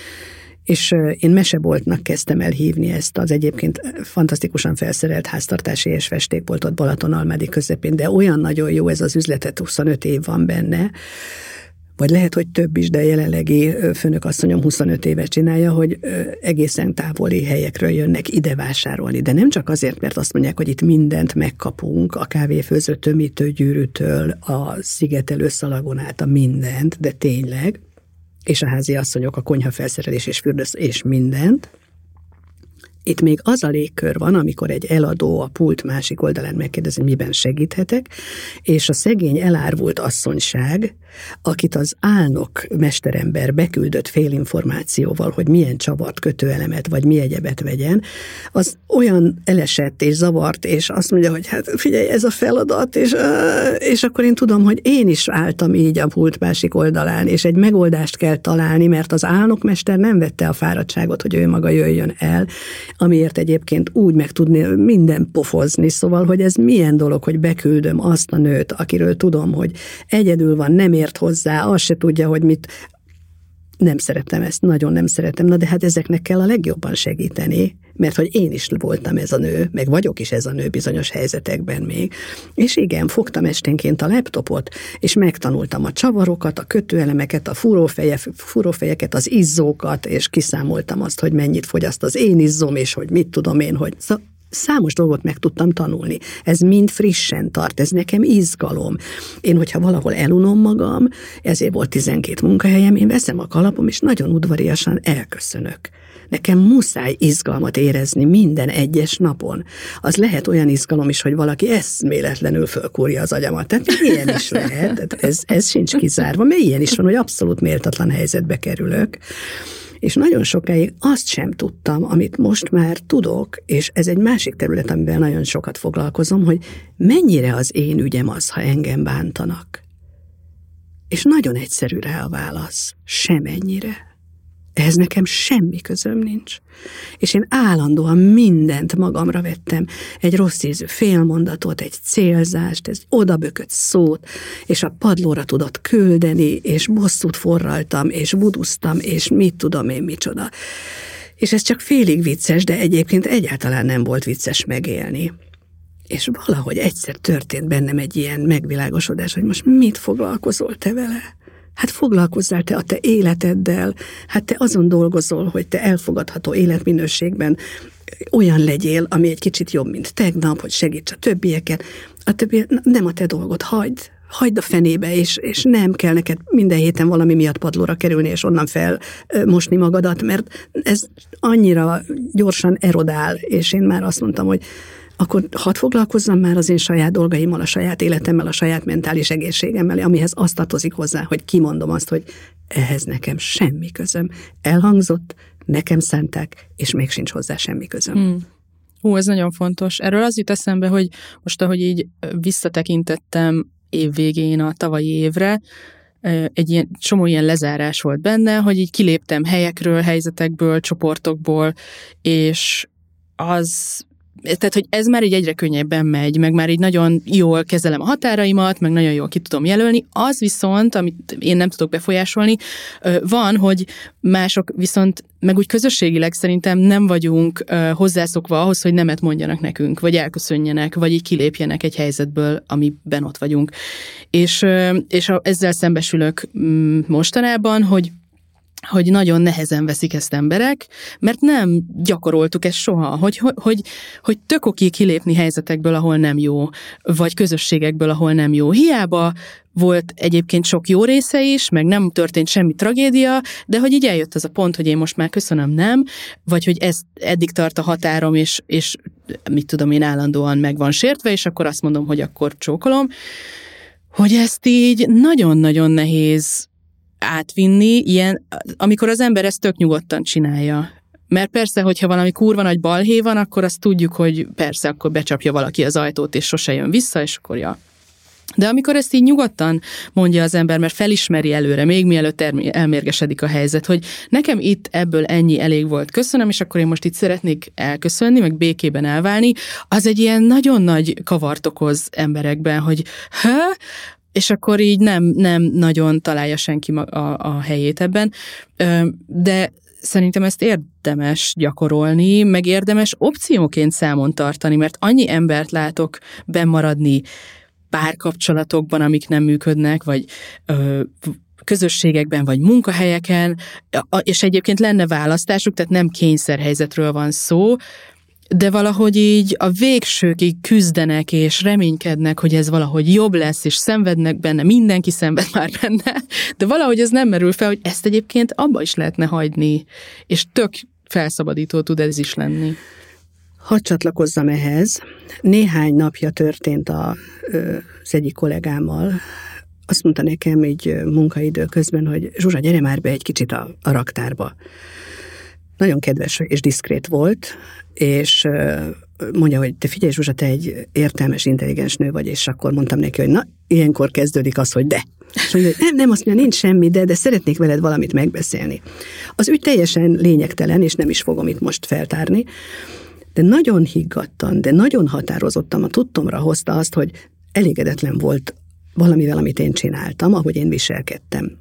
És én meseboltnak kezdtem el hívni ezt az egyébként fantasztikusan felszerelt háztartási és festékboltot Balatonalmádi közepén, de olyan nagyon jó ez az üzletet, huszonöt év van benne, vagy lehet, hogy több is, de jelenlegi főnökasszonyom huszonöt éve csinálja, hogy egészen távoli helyekről jönnek ide vásárolni. De nem csak azért, mert azt mondják, hogy itt mindent megkapunk, a kávéfőző tömítőgyűrűtől, a szigetelő szalagon át a mindent, de tényleg, és a házi asszonyok, a konyhafelszerelés és fürdősz és mindent. Itt még az a légkör van, amikor egy eladó a pult másik oldalán megkérdezi, miben segíthetek, és a szegény elárvult asszonyság, akit az álnok mesterember beküldött félinformációval, hogy milyen csavart, kötőelemet, vagy mi egyebet vegyen, az olyan elesett és zavart, és azt mondja, hogy hát figyelj, ez a feladat, és, és akkor én tudom, hogy én is álltam így a pult másik oldalán, és egy megoldást kell találni, mert az álnokmester nem vette a fáradtságot, hogy ő maga jöjjön el, amiért egyébként úgy meg tudni minden pofozni, szóval, hogy ez milyen dolog, hogy beküldöm azt a nőt, akiről tudom, hogy egyedül van, nem ért hozzá, azt se tudja, hogy mit. Nem szeretem ezt, nagyon nem szeretem, na de hát ezeknek kell a legjobban segíteni, mert hogy én is voltam ez a nő, meg vagyok is ez a nő bizonyos helyzetekben még. És igen, fogtam esténként a laptopot, és megtanultam a csavarokat, a kötőelemeket, a fúrófeje, fúrófejeket, az izzókat, és kiszámoltam azt, hogy mennyit fogyaszt az én izzom, és hogy mit tudom én, hogy... Számos dolgot meg tudtam tanulni. Ez mind frissen tart, ez nekem izgalom. Én, hogyha valahol elunom magam, ezért volt tizenkét munkahelyem, én veszem a kalapom, és nagyon udvariasan elköszönök. Nekem muszáj izgalmat érezni minden egyes napon. Az lehet olyan izgalom is, hogy valaki eszméletlenül fölkúrja az agyamat. Tehát ilyen is lehet, ez, ez sincs kizárva, mert ilyen is van, hogy abszolút méltatlan helyzetbe kerülök. És nagyon sokáig azt sem tudtam, amit most már tudok, és ez egy másik terület, amivel nagyon sokat foglalkozom, hogy mennyire az én ügyem az, ha engem bántanak. És nagyon egyszerű rá a válasz. Semennyire. Ehhez nekem semmi közöm nincs. És én állandóan mindent magamra vettem, egy rossz ízű félmondatot, egy célzást, egy odabökött szót, és a padlóra tudott küldeni, és bosszút forraltam, és buduztam, és mit tudom én micsoda. És ez csak félig vicces, de egyébként egyáltalán nem volt vicces megélni. És valahogy egyszer történt bennem egy ilyen megvilágosodás, hogy most mit foglalkozol te vele? Hát foglalkozzál te a te életeddel, hát te azon dolgozol, hogy te elfogadható életminőségben olyan legyél, ami egy kicsit jobb, mint tegnap, hogy segíts a többieket. A többi nem a te dolgod, hagyd, hagyd a fenébe, és, és nem kell neked minden héten valami miatt padlóra kerülni, és onnan felmosni magadat, mert ez annyira gyorsan erodál, és én már azt mondtam, hogy akkor hadd foglalkozzam már az én saját dolgaimmal, a saját életemmel, a saját mentális egészségemmel, amihez azt tartozik hozzá, hogy kimondom azt, hogy ehhez nekem semmi közöm. Elhangzott, nekem szánták, és még sincs hozzá semmi közöm. Hmm. Hú, ez nagyon fontos. Erről az jut eszembe, hogy most, ahogy így visszatekintettem évvégén a tavalyi évre, egy ilyen csomó ilyen lezárás volt benne, hogy így kiléptem helyekről, helyzetekből, csoportokból, és az... Tehát, hogy ez már így egyre könnyebben megy, meg már így nagyon jól kezelem a határaimat, meg nagyon jól ki tudom jelölni. Az viszont, amit én nem tudok befolyásolni, van, hogy mások viszont, meg úgy közösségileg szerintem nem vagyunk hozzászokva ahhoz, hogy nemet mondjanak nekünk, vagy elköszönjenek, vagy így kilépjenek egy helyzetből, amiben ott vagyunk. És, és ezzel szembesülök mostanában, hogy hogy nagyon nehezen veszik ezt emberek, mert nem gyakoroltuk ezt soha, hogy, hogy, hogy, hogy tök oké kilépni helyzetekből, ahol nem jó, vagy közösségekből, ahol nem jó. Hiába volt egyébként sok jó része is, meg nem történt semmi tragédia, de hogy így eljött az a pont, hogy én most már köszönöm, nem, vagy hogy ez eddig tart a határom, és, és mit tudom én, állandóan meg van sértve, és akkor azt mondom, hogy akkor csókolom, hogy ezt így nagyon-nagyon nehéz átvinni, ilyen, amikor az ember ezt tök nyugodtan csinálja. Mert persze, hogyha valami kurva nagy balhé van, akkor azt tudjuk, hogy persze, akkor becsapja valaki az ajtót, és sose jön vissza, és akkor ja. De amikor ezt így nyugodtan mondja az ember, mert felismeri előre, még mielőtt elmérgesedik a helyzet, hogy nekem itt ebből ennyi elég volt, köszönöm, és akkor én most itt szeretnék elköszönni, meg békében elválni, az egy ilyen nagyon nagy kavart okoz emberekben, hogy ha, és akkor így nem, nem nagyon találja senki a, a helyét ebben. De szerintem ezt érdemes gyakorolni, meg érdemes opcióként számon tartani, mert annyi embert látok bennmaradni párkapcsolatokban, amik nem működnek, vagy ö, közösségekben, vagy munkahelyeken, és egyébként lenne választásuk, tehát nem kényszerhelyzetről van szó, de valahogy így a végsőkig küzdenek és reménykednek, hogy ez valahogy jobb lesz, és szenvednek benne, mindenki szenved már benne, de valahogy ez nem merül fel, hogy ezt egyébként abba is lehetne hagyni, és tök felszabadító tud ez is lenni. Hadd csatlakozzam ehhez. Néhány napja történt a, az egyik kollégámmal, azt mondta nekem így munkaidő közben, hogy Zsuzsa, gyere már be egy kicsit a, a raktárba. Nagyon kedves és diszkrét volt, és mondja, hogy te figyelj Zsuzsa, te egy értelmes, intelligens nő vagy, és akkor mondtam neki, hogy na, ilyenkor kezdődik az, hogy de. És mondja, hogy nem, nem, azt mondja, nincs semmi, de, de szeretnék veled valamit megbeszélni. Az ügy teljesen lényegtelen, és nem is fogom itt most feltárni, de nagyon higgadtan, de nagyon határozottan a tudtomra hozta azt, hogy elégedetlen volt valamivel, amit én csináltam, ahogy én viselkedtem.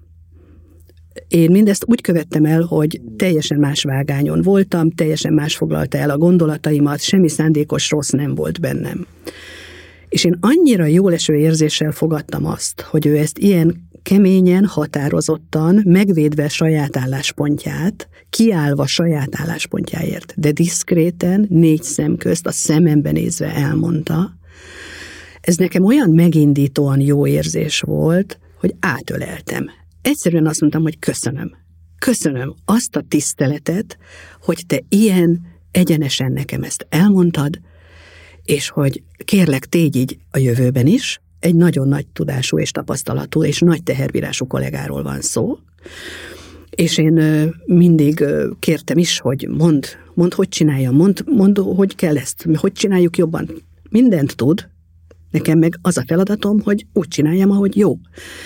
Én mindezt úgy követtem el, hogy teljesen más vágányon voltam, teljesen más foglalta el a gondolataimat, semmi szándékos rossz nem volt bennem. És én annyira jól eső érzéssel fogadtam azt, hogy ő ezt ilyen keményen, határozottan, megvédve saját álláspontját, kiállva saját álláspontjáért, de diszkréten, négy szem közt, a szemembe nézve elmondta. Ez nekem olyan megindítóan jó érzés volt, hogy átöleltem. Egyszerűen azt mondtam, hogy köszönöm. Köszönöm azt a tiszteletet, hogy te ilyen egyenesen nekem ezt elmondtad, és hogy kérlek, tégy így a jövőben is, egy nagyon nagy tudású és tapasztalatú és nagy teherbírású kollégáról van szó, és én mindig kértem is, hogy mondd, mondd, hogy csináljam, mondd, mondd, hogy kell ezt, hogy csináljuk jobban. Mindent tud, nekem meg az a feladatom, hogy úgy csináljam, ahogy jó.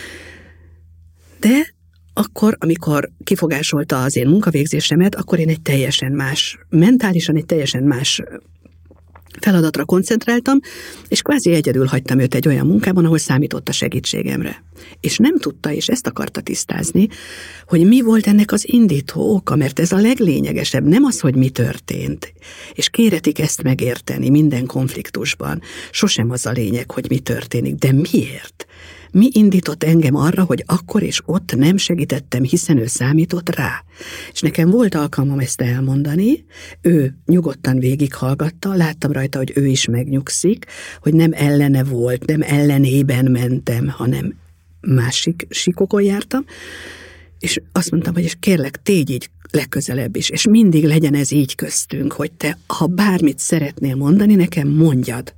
De akkor, amikor kifogásolta az én munkavégzésemet, akkor én egy teljesen más, mentálisan egy teljesen más feladatra koncentráltam, és kvázi egyedül hagytam őt egy olyan munkában, ahol számított a segítségemre. És nem tudta, és ezt akarta tisztázni, hogy mi volt ennek az indító oka, mert ez a leglényegesebb, nem az, hogy mi történt. És kéretik ezt megérteni minden konfliktusban. Sosem az a lényeg, hogy mi történik, de miért? Mi indított engem arra, hogy akkor és ott nem segítettem, hiszen ő számított rá. És nekem volt alkalmam ezt elmondani, ő nyugodtan végighallgatta, láttam rajta, hogy ő is megnyugszik, hogy nem ellene volt, nem ellenében mentem, hanem másik sikokon jártam, és azt mondtam, hogy és kérlek, tégy így legközelebb is, és mindig legyen ez így köztünk, hogy te, ha bármit szeretnél mondani, nekem mondjad.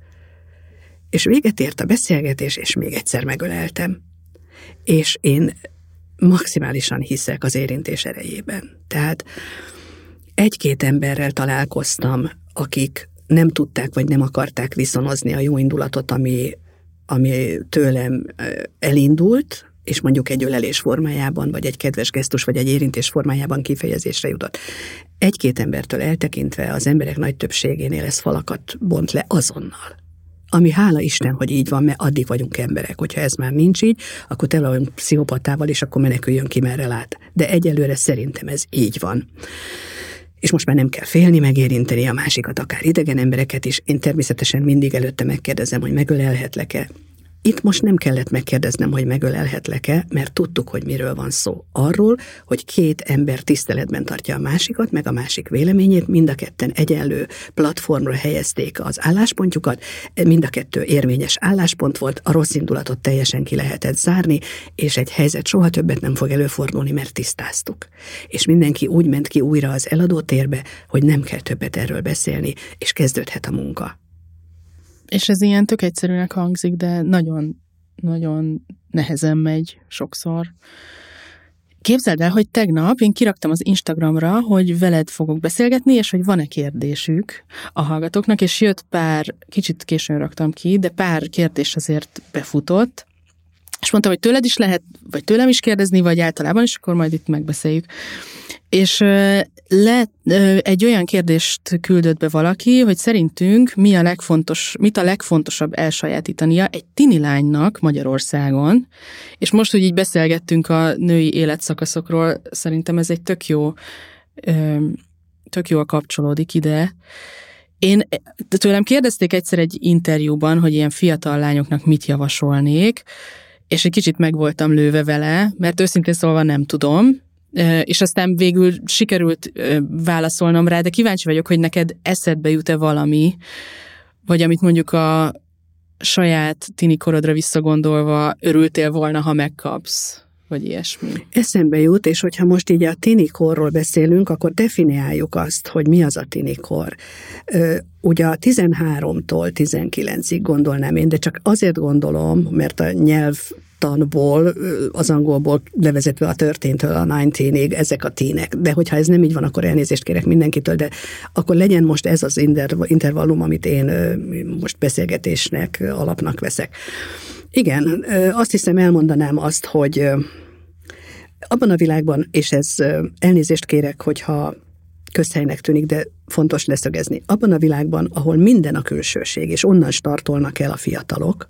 És véget ért a beszélgetés, és még egyszer megöleltem. És én maximálisan hiszek az érintés erejében. Tehát egy-két emberrel találkoztam, akik nem tudták, vagy nem akarták viszonozni a jó indulatot, ami, ami tőlem elindult, és mondjuk egy ölelés formájában, vagy egy kedves gesztus, vagy egy érintés formájában kifejezésre jutott. Egy-két embertől eltekintve az emberek nagy többségénél ez falakat bont le azonnal. Ami hála Isten, hogy így van, mert addig vagyunk emberek. Hogyha ez már nincs így, akkor tele vagyunk pszichopatával, és akkor meneküljön ki, merre lát. De egyelőre szerintem ez így van. És most már nem kell félni, megérinteni a másikat, akár idegen embereket is. Én természetesen mindig előtte megkérdezem, hogy megölelhetlek-e. Itt most nem kellett megkérdeznem, hogy megölelhetlek-e, mert tudtuk, hogy miről van szó. Arról, hogy két ember tiszteletben tartja a másikat, meg a másik véleményét, mind a ketten egyenlő platformra helyezték az álláspontjukat, mind a kettő érvényes álláspont volt, a rossz indulatot teljesen ki lehetett zárni, és egy helyzet soha többet nem fog előfordulni, mert tisztáztuk. És mindenki úgy ment ki újra az eladó térbe, hogy nem kell többet erről beszélni, és kezdődhet a munka. És ez ilyen tök egyszerűnek hangzik, de nagyon, nagyon nehezen megy sokszor. Képzeld el, hogy tegnap én kiraktam az Instagramra, hogy veled fogok beszélgetni, és hogy van-e kérdésük a hallgatóknak, és jött pár, kicsit későn raktam ki, de pár kérdés azért befutott, és mondtam, hogy tőled is lehet, vagy tőlem is kérdezni, vagy általában, és akkor majd itt megbeszéljük. És le, egy olyan kérdést küldött be valaki, hogy szerintünk mi a legfontos, mit a legfontosabb elsajátítania egy tini lánynak Magyarországon, és most, hogy így beszélgettünk a női életszakaszokról, szerintem ez egy tök jó, tök jól kapcsolódik ide. Én tőlem kérdezték egyszer egy interjúban, hogy ilyen fiatal lányoknak mit javasolnék, és egy kicsit meg voltam lőve vele, mert őszintén szólva nem tudom, és aztán végül sikerült válaszolnom rá, de kíváncsi vagyok, hogy neked eszedbe jut-e valami, vagy amit mondjuk a saját tini korodra visszagondolva örültél volna, ha megkapsz, vagy ilyesmi. Eszembe jut, és hogyha most így a tini korról beszélünk, akkor definiáljuk azt, hogy mi az a tini kor. Ugye a tizenháromtól tizenkilencig gondolnám én, de csak azért gondolom, mert a nyelvtanból, az angolból levezetve a történtől a tizenkilencig ezek a tínek. De hogyha ez nem így van, akkor elnézést kérek mindenkitől, de akkor legyen most ez az intervallum, amit én most beszélgetésnek, alapnak veszek. Igen, azt hiszem elmondanám azt, hogy abban a világban, és ez elnézést kérek, hogyha közhelynek tűnik, de fontos leszögezni, abban a világban, ahol minden a külsőség, és onnan startolnak el a fiatalok,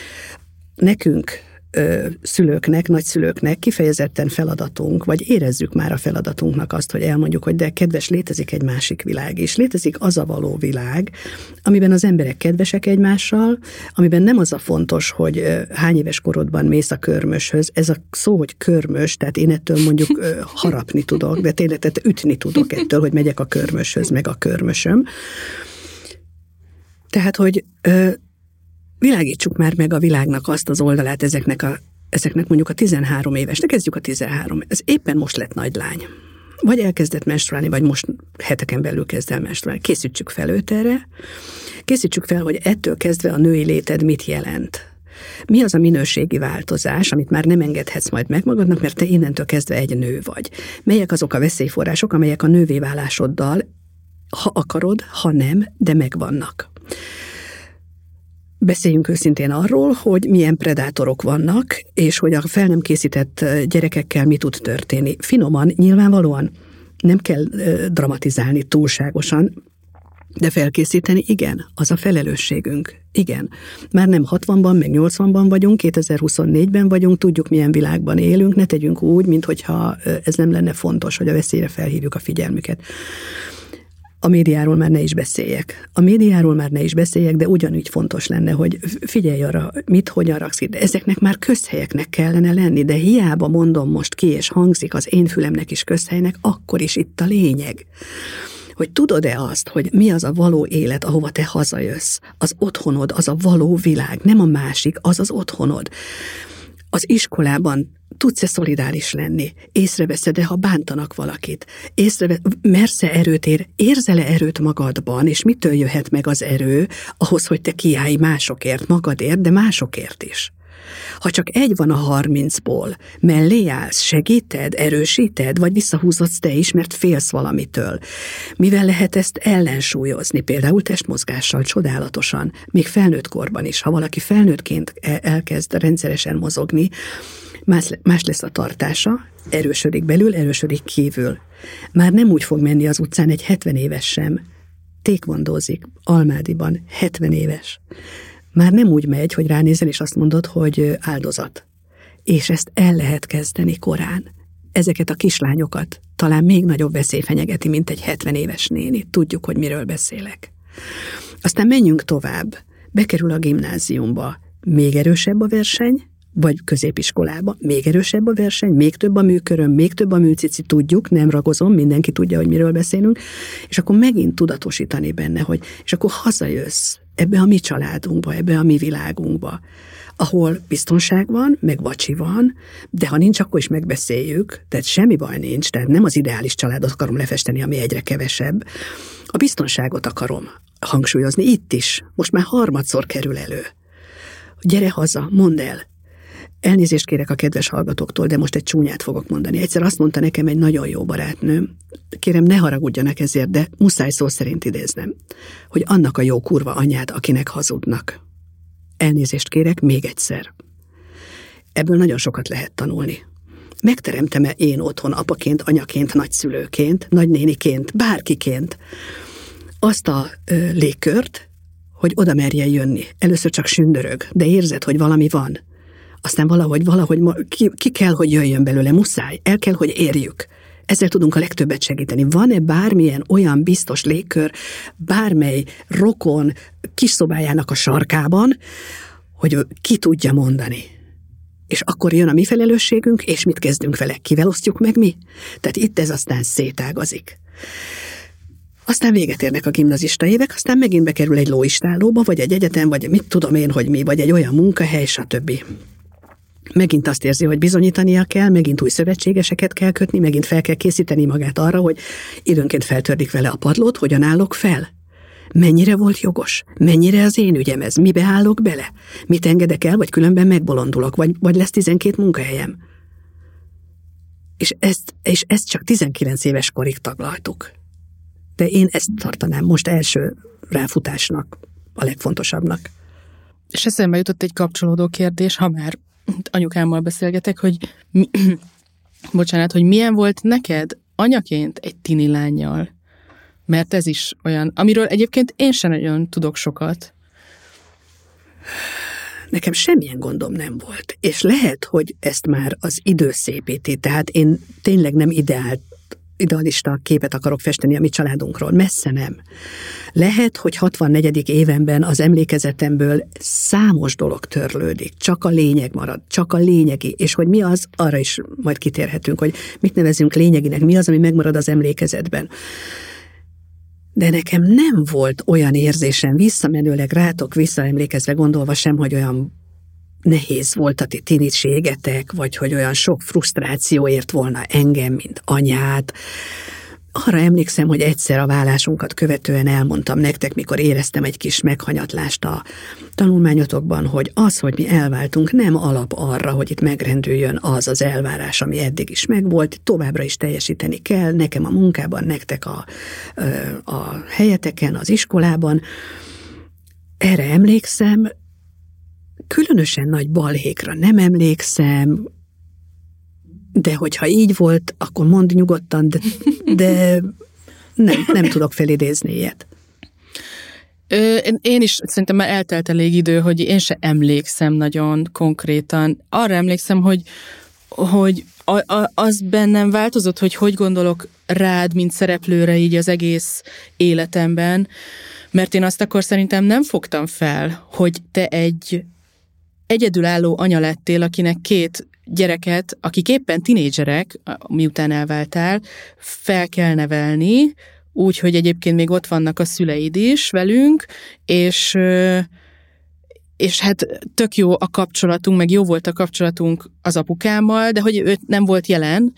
nekünk, szülőknek, nagyszülőknek kifejezetten feladatunk, vagy érezzük már a feladatunknak azt, hogy elmondjuk, hogy de kedves, létezik egy másik világ is. Létezik az a való világ, amiben az emberek kedvesek egymással, amiben nem az a fontos, hogy hány éves korodban mész a körmöshöz. Ez a szó, hogy körmös, tehát én ettől mondjuk harapni tudok, de tényleg tehát ütni tudok ettől, hogy megyek a körmöshöz, meg a körmösöm. Tehát, hogy világítsuk már meg a világnak azt az oldalát ezeknek, a, ezeknek mondjuk a tizenhárom évesnek, kezdjük a tizenhárom, ez éppen most lett nagy lány. Vagy elkezdett menstruálni, vagy most heteken belül kezd el menstruálni. Készítsük fel őt erre, készítsük fel, hogy ettől kezdve a női léted mit jelent. Mi az a minőségi változás, amit már nem engedhetsz majd meg magadnak, mert te innentől kezdve egy nő vagy. Melyek azok a veszélyforrások, amelyek a nővé válásoddal, ha akarod, ha nem, de megvannak. Beszéljünk őszintén arról, hogy milyen predátorok vannak, és hogy a fel nem készített gyerekekkel mi tud történni. Finoman, nyilvánvalóan nem kell dramatizálni túlságosan, de felkészíteni, igen, az a felelősségünk. Igen. Már nem hatvanban, meg nyolcvanban vagyunk, kétezer-huszonnégyben vagyunk, tudjuk, milyen világban élünk, ne tegyünk úgy, minthogyha ez nem lenne fontos, hogy a veszélyre felhívjuk a figyelmüket. A médiáról már ne is beszéljek. A médiáról már ne is beszéljek, de ugyanúgy fontos lenne, hogy figyelj arra, mit, hogyan raksz itt. Ezeknek már közhelyeknek kellene lenni, de hiába mondom most ki, és hangzik az én fülemnek is közhelynek, akkor is itt a lényeg. Hogy tudod-e azt, hogy mi az a való élet, ahova te hazajössz? Az otthonod, az a való világ, nem a másik, az az otthonod. Az iskolában tudsz-e szolidáris lenni? Észreveszed-e, ha bántanak valakit? Észreve... Mersz-e erőt ér? Érzel-e erőt magadban, és mitől jöhet meg az erő ahhoz, hogy te kiállj másokért, magadért, de másokért is? Ha csak egy van a harmincból, mellé állsz, segíted, erősíted, vagy visszahúzodsz te is, mert félsz valamitől. Mivel lehet ezt ellensúlyozni? Például testmozgással, csodálatosan, még felnőtt korban is. Ha valaki felnőttként elkezd rendszeresen mozogni, más lesz a tartása, erősödik belül, erősödik kívül. Már nem úgy fog menni az utcán egy hetven éves sem. Tékvondózik, Almádiban, hetven éves. Már nem úgy megy, hogy ránézel, és azt mondod, hogy áldozat. És ezt el lehet kezdeni korán. Ezeket a kislányokat talán még nagyobb veszély fenyegeti, mint egy hetven éves néni. Tudjuk, hogy miről beszélek. Aztán menjünk tovább. Bekerül a gimnáziumba. Még erősebb a verseny, vagy középiskolába, még erősebb a verseny, még több a műköröm, még több a műcici, tudjuk, nem ragozom, mindenki tudja, hogy miről beszélünk, és akkor megint tudatosítani benne, hogy, és akkor hazajössz ebbe a mi családunkba, ebbe a mi világunkba, ahol biztonság van, meg vacsi van, de ha nincs, akkor is megbeszéljük, tehát semmi baj nincs, tehát nem az ideális családot akarom lefesteni, ami egyre kevesebb. A biztonságot akarom hangsúlyozni itt is, most már harmadszor kerül elő. Gyere haza, mondd el. Elnézést kérek a kedves hallgatóktól, de most egy csúnyát fogok mondani. Egyszer azt mondta nekem egy nagyon jó barátnőm, kérem, ne haragudjanak ezért, de muszáj szó szerint idéznem, hogy annak a jó kurva anyád, akinek hazudnak. Elnézést kérek még egyszer. Ebből nagyon sokat lehet tanulni. Megteremtem-e én otthon apaként, anyaként, nagyszülőként, nagynéniként, bárkiként azt a ö, légkört, hogy oda merjen jönni. Először csak sündörög, de érzed, hogy valami van. Aztán valahogy, valahogy ki, ki kell, hogy jöjjön belőle, muszáj, el kell, hogy érjük. Ezzel tudunk a legtöbbet segíteni. Van-e bármilyen olyan biztos légkör, bármely rokon kis szobájának a sarkában, hogy ki tudja mondani? És akkor jön a mi felelősségünk, és mit kezdünk vele? Kivel osztjuk meg mi? Tehát itt ez aztán szétágazik. Aztán véget érnek a gimnazista évek, aztán megint bekerül egy lóistállóba, vagy egy egyetem, vagy mit tudom én, hogy mi, vagy egy olyan munkahely, stb. Megint azt érzi, hogy bizonyítania kell, megint új szövetségeseket kell kötni, megint fel kell készíteni magát arra, hogy időnként feltördik vele a padlót, hogyan állok fel. Mennyire volt jogos? Mennyire az én ügyem ez? Mibe állok bele? Mit engedek el, vagy különben megbolondulok, vagy, vagy lesz tizenkét munkahelyem? És ezt, és ezt csak tizenkilenc éves korig taglaltuk. De én ezt tartanám most első ráfutásnak, a legfontosabbnak. És eszembe jutott egy kapcsolódó kérdés, ha már anyukámmal beszélgetek, hogy mi, bocsánat, hogy milyen volt neked anyaként egy tini lánnyal? Mert ez is olyan, amiről egyébként én sem nagyon tudok sokat. Nekem semmilyen gondom nem volt. És lehet, hogy ezt már az idő szépíti, tehát én tényleg nem ideált idealista képet akarok festeni a mi családunkról. Messze nem. Lehet, hogy hatvannegyedik évenben az emlékezetemből számos dolog törlődik. Csak a lényeg marad, csak a lényegi. És hogy mi az, arra is majd kitérhetünk, hogy mit nevezünk lényeginek, mi az, ami megmarad az emlékezetben. De nekem nem volt olyan érzésem, visszamenőleg rátok visszaemlékezve gondolva sem, hogy olyan nehéz volt a ti tiniségetek, vagy hogy olyan sok frusztráció ért volna engem, mint anyát. Arra emlékszem, hogy egyszer a válásunkat követően elmondtam nektek, mikor éreztem egy kis meghanyatlást a tanulmányotokban, hogy az, hogy mi elváltunk, nem alap arra, hogy itt megrendüljön az az elvárás, ami eddig is megvolt, továbbra is teljesíteni kell, nekem a munkában, nektek a, a helyeteken, az iskolában. Erre emlékszem, különösen nagy balhékra nem emlékszem, de hogyha így volt, akkor mondd nyugodtan, de, de nem, nem tudok felidézni ilyet. Ö, én is szerintem már eltelt elég idő, hogy én se emlékszem nagyon konkrétan. Arra emlékszem, hogy hogy a, a, az bennem változott, hogy hogy gondolok rád, mint szereplőre így az egész életemben, mert én azt akkor szerintem nem fogtam fel, hogy te egy egyedülálló anya lettél, akinek két gyereket, akik éppen tinédzserek, miután elváltál, fel kell nevelni, úgy, hogy egyébként még ott vannak a szüleid is velünk, és, és hát tök jó a kapcsolatunk, meg jó volt a kapcsolatunk az apukámmal, de hogy ő nem volt jelen,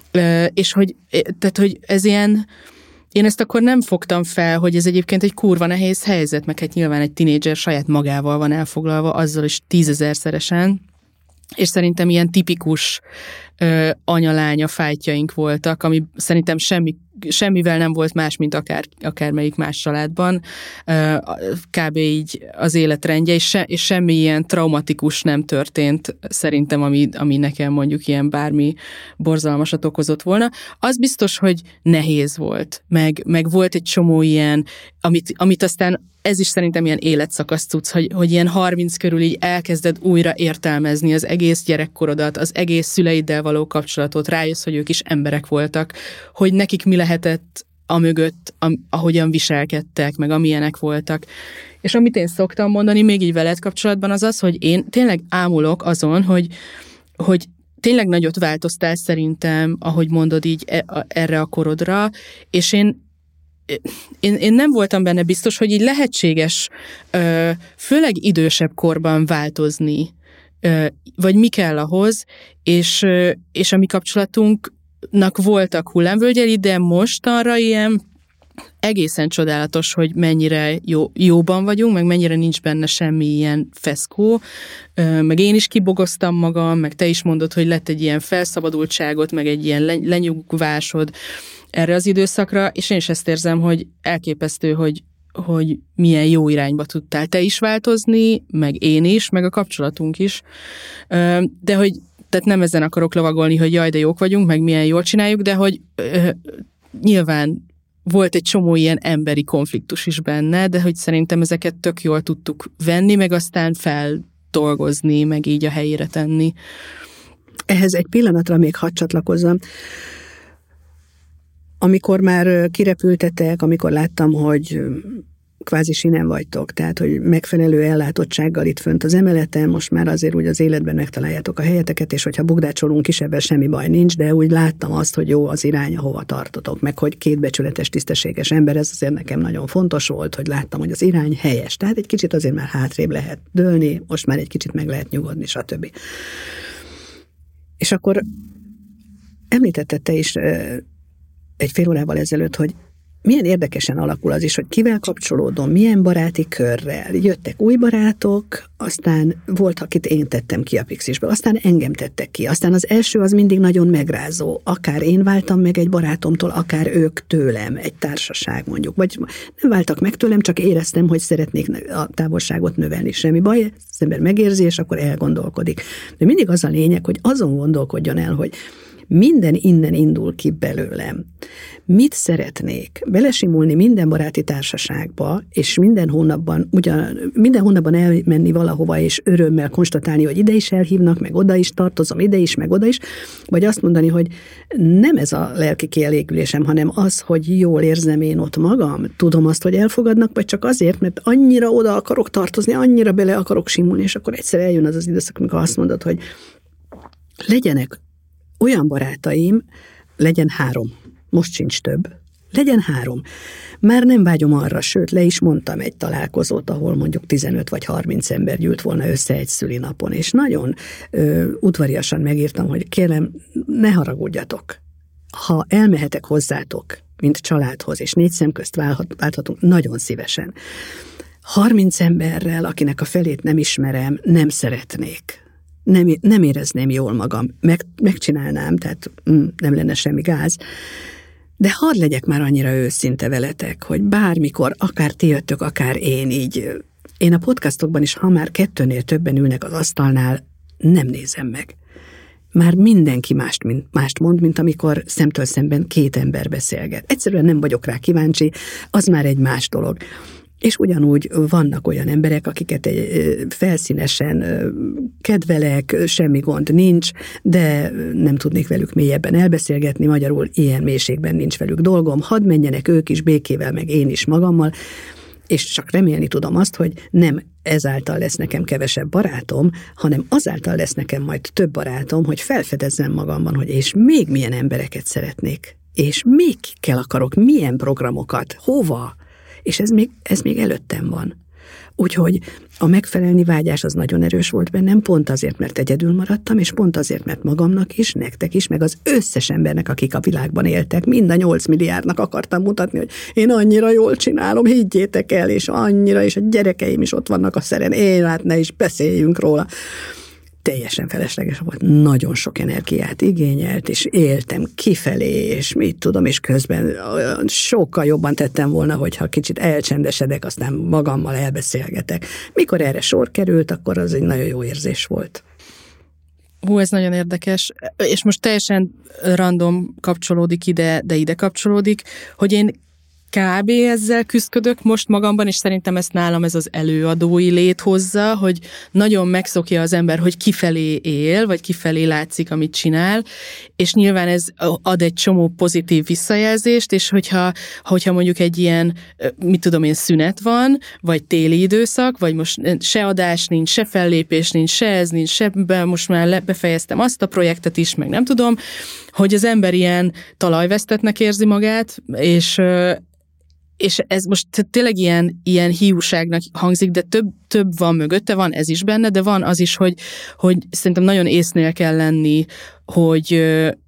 és hogy, tehát, hogy ez ilyen, én ezt akkor nem fogtam fel, hogy ez egyébként egy kurva nehéz helyzet, meg hát nyilván egy tinédzser saját magával van elfoglalva, azzal is tízezerszeresen, és szerintem ilyen tipikus ö, anya-lánya fájtjaink voltak, ami szerintem semmi, semmivel nem volt más, mint akár, akármelyik más családban. Ö, kb. Így az életrendje, és, se, és semmi ilyen traumatikus nem történt szerintem, ami, ami nekem mondjuk ilyen bármi borzalmasat okozott volna. Az biztos, hogy nehéz volt, meg, meg volt egy csomó ilyen, amit, amit aztán ez is szerintem ilyen életszakasz tudsz, hogy, hogy ilyen harminc körül így elkezded újra értelmezni az egész gyerekkorodat, az egész szüleiddel való kapcsolatot, rájössz, hogy ők is emberek voltak, hogy nekik mi lehetett a mögött, am, ahogyan viselkedtek, meg amilyenek voltak. És amit én szoktam mondani még így veled kapcsolatban az az, hogy én tényleg ámulok azon, hogy, hogy tényleg nagyot változtál szerintem, ahogy mondod így erre a korodra, és én Én, én nem voltam benne biztos, hogy így lehetséges, főleg idősebb korban változni, vagy mi kell ahhoz, és, és a mi kapcsolatunknak voltak hullámvölgyei, de mostanra ilyen egészen csodálatos, hogy mennyire jó, jóban vagyunk, meg mennyire nincs benne semmi ilyen feszkó, meg én is kibogoztam magam, meg te is mondod, hogy lett egy ilyen felszabadultságot, meg egy ilyen lenyugvásod erre az időszakra, és én is ezt érzem, hogy elképesztő, hogy, hogy milyen jó irányba tudtál te is változni, meg én is, meg a kapcsolatunk is. De hogy, tehát nem ezen akarok lovagolni, hogy jaj, de jók vagyunk, meg milyen jól csináljuk, de hogy ö, nyilván volt egy csomó ilyen emberi konfliktus is benne, de hogy szerintem ezeket tök jól tudtuk venni, meg aztán feldolgozni, meg így a helyére tenni. Ehhez egy pillanatra még hadd csatlakozzam. Amikor már kirepültetek, amikor láttam, hogy kvázi sinem vagytok, tehát, hogy megfelelő ellátottsággal itt fönt az emeleten, most már azért úgy az életben megtaláljátok a helyeteket, és hogyha bugdácsolunk is, ebben semmi baj nincs, de úgy láttam azt, hogy jó az irány, ahova tartotok, meg hogy két becsületes, tisztességes ember, ez azért nekem nagyon fontos volt, hogy láttam, hogy az irány helyes, tehát egy kicsit azért már hátrébb lehet dőlni, most már egy kicsit meg lehet nyugodni, stb. És akkor említetted te is egy fél órával ezelőtt, hogy milyen érdekesen alakul az is, hogy kivel kapcsolódom, milyen baráti körrel. Jöttek új barátok, aztán volt, akit én tettem ki a Pixisből, aztán engem tettek ki. Aztán az első az mindig nagyon megrázó. Akár én váltam meg egy barátomtól, akár ők tőlem, egy társaság mondjuk. Vagy nem váltak meg tőlem, csak éreztem, hogy szeretnék a távolságot növelni. Semmi baj, az ember megérzi, és akkor elgondolkodik. De mindig az a lényeg, hogy azon gondolkodjon el, hogy minden innen indul ki belőlem. Mit szeretnék? Belesimulni minden baráti társaságba, és minden hónapban, ugyan, minden hónapban elmenni valahova, és örömmel konstatálni, hogy ide is elhívnak, meg oda is tartozom, ide is, meg oda is, vagy azt mondani, hogy nem ez a lelki kielégülésem, hanem az, hogy jól érzem én ott magam, tudom azt, hogy elfogadnak, vagy csak azért, mert annyira oda akarok tartozni, annyira bele akarok simulni, és akkor egyszer eljön az az időszak, amikor azt mondod, hogy legyenek olyan barátaim, legyen három, most sincs több, legyen három. Már nem vágyom arra, sőt, le is mondtam egy találkozót, ahol mondjuk tizenöt vagy harminc ember gyűlt volna össze egy szülinapon, és nagyon ö, udvariasan megírtam, hogy kérem, ne haragudjatok. Ha elmehetek hozzátok, mint családhoz, és négy szem közt válthatunk, nagyon szívesen. harminc emberrel, akinek a felét nem ismerem, nem szeretnék. Nem, nem érezném jól magam, Meg, megcsinálnám, tehát mm, nem lenne semmi gáz, de hadd legyek már annyira őszinte veletek, hogy bármikor, akár ti jöttök, akár én így, én a podcastokban is, ha már kettőnél többen ülnek az asztalnál, nem nézem meg. Már mindenki mást, mint, mást mond, mint amikor szemtől szemben két ember beszélget. Egyszerűen nem vagyok rá kíváncsi, az már egy más dolog. És ugyanúgy vannak olyan emberek, akiket egy felszínesen kedvelek, semmi gond nincs, de nem tudnék velük mélyebben elbeszélgetni, magyarul ilyen mélységben nincs velük dolgom, hadd menjenek ők is békével, meg én is magammal, és csak remélni tudom azt, hogy nem ezáltal lesz nekem kevesebb barátom, hanem azáltal lesz nekem majd több barátom, hogy felfedezzem magamban, hogy és még milyen embereket szeretnék, és még kikkel akarok, milyen programokat, hova, és ez még, ez még előttem van. Úgyhogy a megfelelni vágyás az nagyon erős volt bennem, pont azért, mert egyedül maradtam, és pont azért, mert magamnak is, nektek is, meg az összes embernek, akik a világban éltek, mind a nyolc milliárdnak akartam mutatni, hogy én annyira jól csinálom, higgyétek el, és annyira, és a gyerekeim is ott vannak a szeren, én hát ne is beszéljünk róla. Teljesen felesleges volt, nagyon sok energiát igényelt, és éltem kifelé, és mit tudom, és közben sokkal jobban tettem volna, hogyha kicsit elcsendesedek, aztán magammal elbeszélgetek. Mikor erre sor került, akkor az egy nagyon jó érzés volt. Hú, ez nagyon érdekes, és most teljesen random kapcsolódik ide, de ide kapcsolódik, hogy én kb. Ezzel küzdködök most magamban, és szerintem ezt nálam ez az előadói lét hozza, hogy nagyon megszokja az ember, hogy kifelé él, vagy kifelé látszik, amit csinál, és nyilván ez ad egy csomó pozitív visszajelzést, és hogyha, hogyha mondjuk egy ilyen, mit tudom én, szünet van, vagy téli időszak, vagy most se adás nincs, se fellépés nincs, se ez nincs, se be, most már befejeztem azt a projektet is, meg nem tudom, hogy az ember ilyen talajvesztettnek érzi magát, és és ez most tényleg ilyen, ilyen hiúságnak hangzik, de több, több van mögötte, van ez is benne, de van az is, hogy, hogy szerintem nagyon észnél kell lenni, hogy,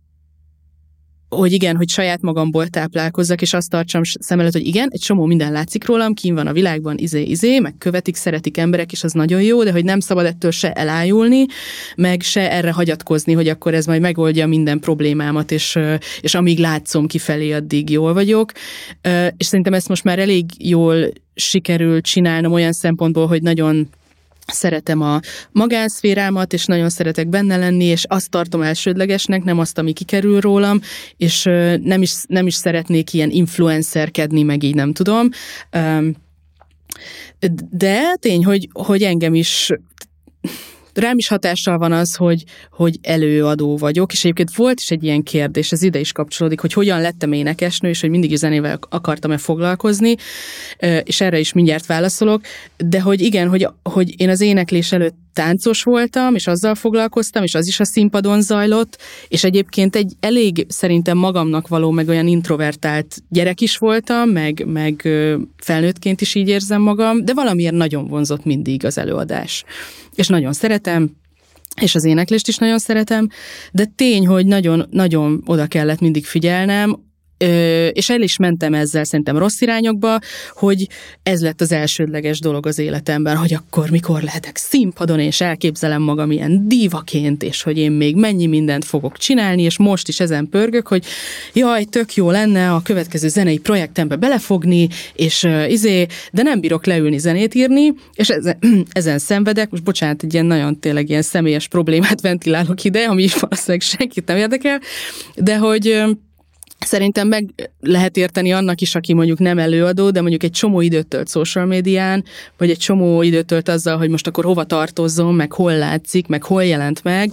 hogy igen, hogy saját magamból táplálkozzak, és azt tartsam szem előtt, hogy igen, egy csomó minden látszik rólam, kín van a világban, izé, izé, meg követik, szeretik emberek, és az nagyon jó, de hogy nem szabad ettől se elájulni, meg se erre hagyatkozni, hogy akkor ez majd megoldja minden problémámat, és, és amíg látszom kifelé, addig jól vagyok. És szerintem ezt most már elég jól sikerül csinálnom olyan szempontból, hogy nagyon szeretem a magánszférámat, és nagyon szeretek benne lenni, és azt tartom elsődlegesnek, nem azt, ami kikerül rólam, és nem is, nem is szeretnék ilyen influencerkedni, meg így nem tudom. De tény, hogy, hogy engem is rám is hatással van az, hogy, hogy előadó vagyok, és egyébként volt is egy ilyen kérdés, ez ide is kapcsolódik, hogy hogyan lettem énekesnő, és hogy mindig is zenével akartam-e foglalkozni, és erre is mindjárt válaszolok, de hogy igen, hogy, hogy én az éneklés előtt táncos voltam, és azzal foglalkoztam, és az is a színpadon zajlott, és egyébként egy elég szerintem magamnak való, meg olyan introvertált gyerek is voltam, meg, meg felnőttként is így érzem magam, de valamiért nagyon vonzott mindig az előadás. És nagyon szeretem, és az éneklést is nagyon szeretem, de tény, hogy nagyon, nagyon oda kellett mindig figyelnem, és el is mentem ezzel szerintem rossz irányokba, hogy ez lett az elsődleges dolog az életemben, hogy akkor mikor lehetek színpadon, és elképzelem magam ilyen dívaként, és hogy én még mennyi mindent fogok csinálni, és most is ezen pörgök, hogy jaj, tök jó lenne a következő zenei projektembe belefogni, és uh, izé, de nem bírok leülni zenét írni, és ezen, ezen szenvedek, most bocsánat, egy ilyen nagyon tényleg ilyen személyes problémát ventilálok ide, ami valószínűleg senkit nem érdekel, de hogy uh, szerintem meg lehet érteni annak is, aki mondjuk nem előadó, de mondjuk egy csomó időt tölt social médián, vagy egy csomó időt tölt azzal, hogy most akkor hova tartozzon, meg hol látszik, meg hol jelent meg.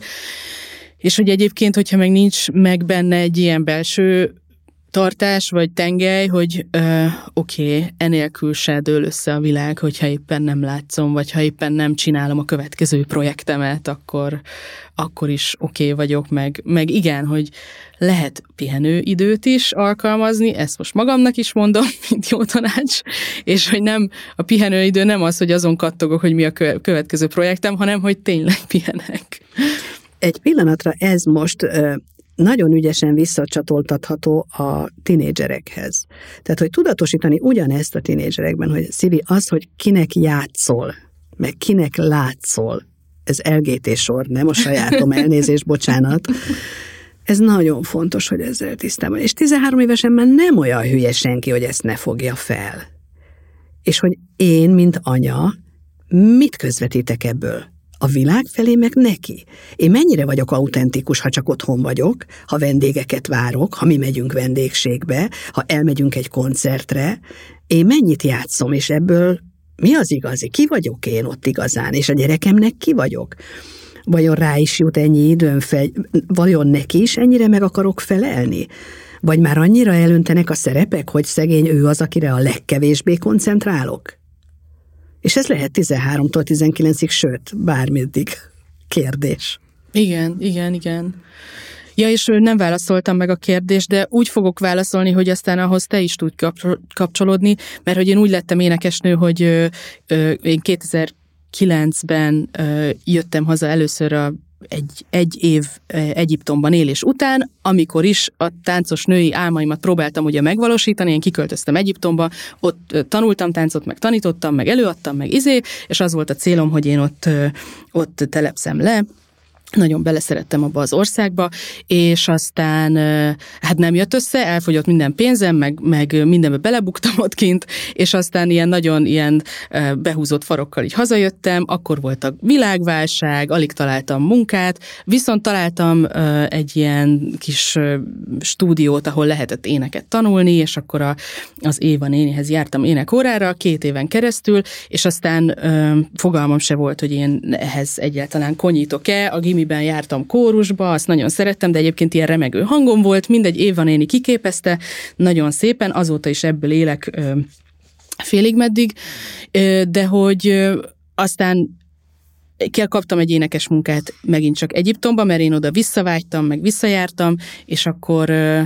És hogy egyébként, hogyha meg nincs meg benne egy ilyen belső tartás, vagy tengely, hogy uh, oké, okay, enélkül se dől össze a világ, hogyha éppen nem látszom, vagy ha éppen nem csinálom a következő projektemet, akkor, akkor is oké okay vagyok, meg, meg igen, hogy lehet pihenőidőt is alkalmazni, ezt most magamnak is mondom, mint jó tanács, és hogy nem, a pihenőidő nem az, hogy azon kattogok, hogy mi a következő projektem, hanem hogy tényleg pihenek. Egy pillanatra ez most nagyon ügyesen visszacsatoltatható a tinédzserekhez. Tehát, hogy tudatosítani ugyanezt a tinédzserekben, hogy Szívi, az, hogy kinek játszol, meg kinek látszol, ez el gé té sor, nem a sajátom, elnézést, bocsánat. Ez nagyon fontos, hogy ezzel tisztában. És tizenhárom évesen már nem olyan hülye senki, hogy ezt ne fogja fel. És hogy én, mint anya, mit közvetítek ebből? A világ felé meg neki. Én mennyire vagyok autentikus, ha csak otthon vagyok, ha vendégeket várok, ha mi megyünk vendégségbe, ha elmegyünk egy koncertre, én mennyit játszom, és ebből mi az igazi? Ki vagyok én ott igazán? És a gyerekemnek ki vagyok? Vajon rá is jut ennyi időm fel? Vajon neki is ennyire meg akarok felelni? Vagy már annyira elöntenek a szerepek, hogy szegény ő az, akire a legkevésbé koncentrálok? És ez lehet tizenháromtól tizenkilencig, sőt, bármeddig kérdés. Igen, igen, igen. Ja, és nem válaszoltam meg a kérdést, de úgy fogok válaszolni, hogy aztán ahhoz te is tudj kapcsolódni, mert hogy én úgy lettem énekesnő, hogy ö, ö, én kétezer-kilencben ö, jöttem haza először a egy, egy év Egyiptomban élés után, amikor is a táncos női álmaimat próbáltam ugye megvalósítani, én kiköltöztem Egyiptomba, ott tanultam táncot, meg tanítottam, meg előadtam, meg izé, és az volt a célom, hogy én ott, ott telepszem le. Nagyon beleszerettem abba az országba, és aztán hát nem jött össze, elfogyott minden pénzem, meg, meg mindenbe belebuktam ott kint, és aztán ilyen nagyon ilyen behúzott farokkal így hazajöttem, akkor volt a világválság, alig találtam munkát, viszont találtam egy ilyen kis stúdiót, ahol lehetett éneket tanulni, és akkor a, az Éva nénihez jártam énekórára két éven keresztül, és aztán fogalmam se volt, hogy én ehhez egyáltalán konyítok-e, a gimi amiben jártam kórusba, azt nagyon szerettem, de egyébként ilyen remegő hangom volt, mindegy, Éva néni kiképezte, nagyon szépen, azóta is ebből élek ö, félig meddig, ö, de hogy ö, aztán kaptam egy énekes munkát megint csak Egyiptomba, mert én oda visszavágytam, meg visszajártam, és akkor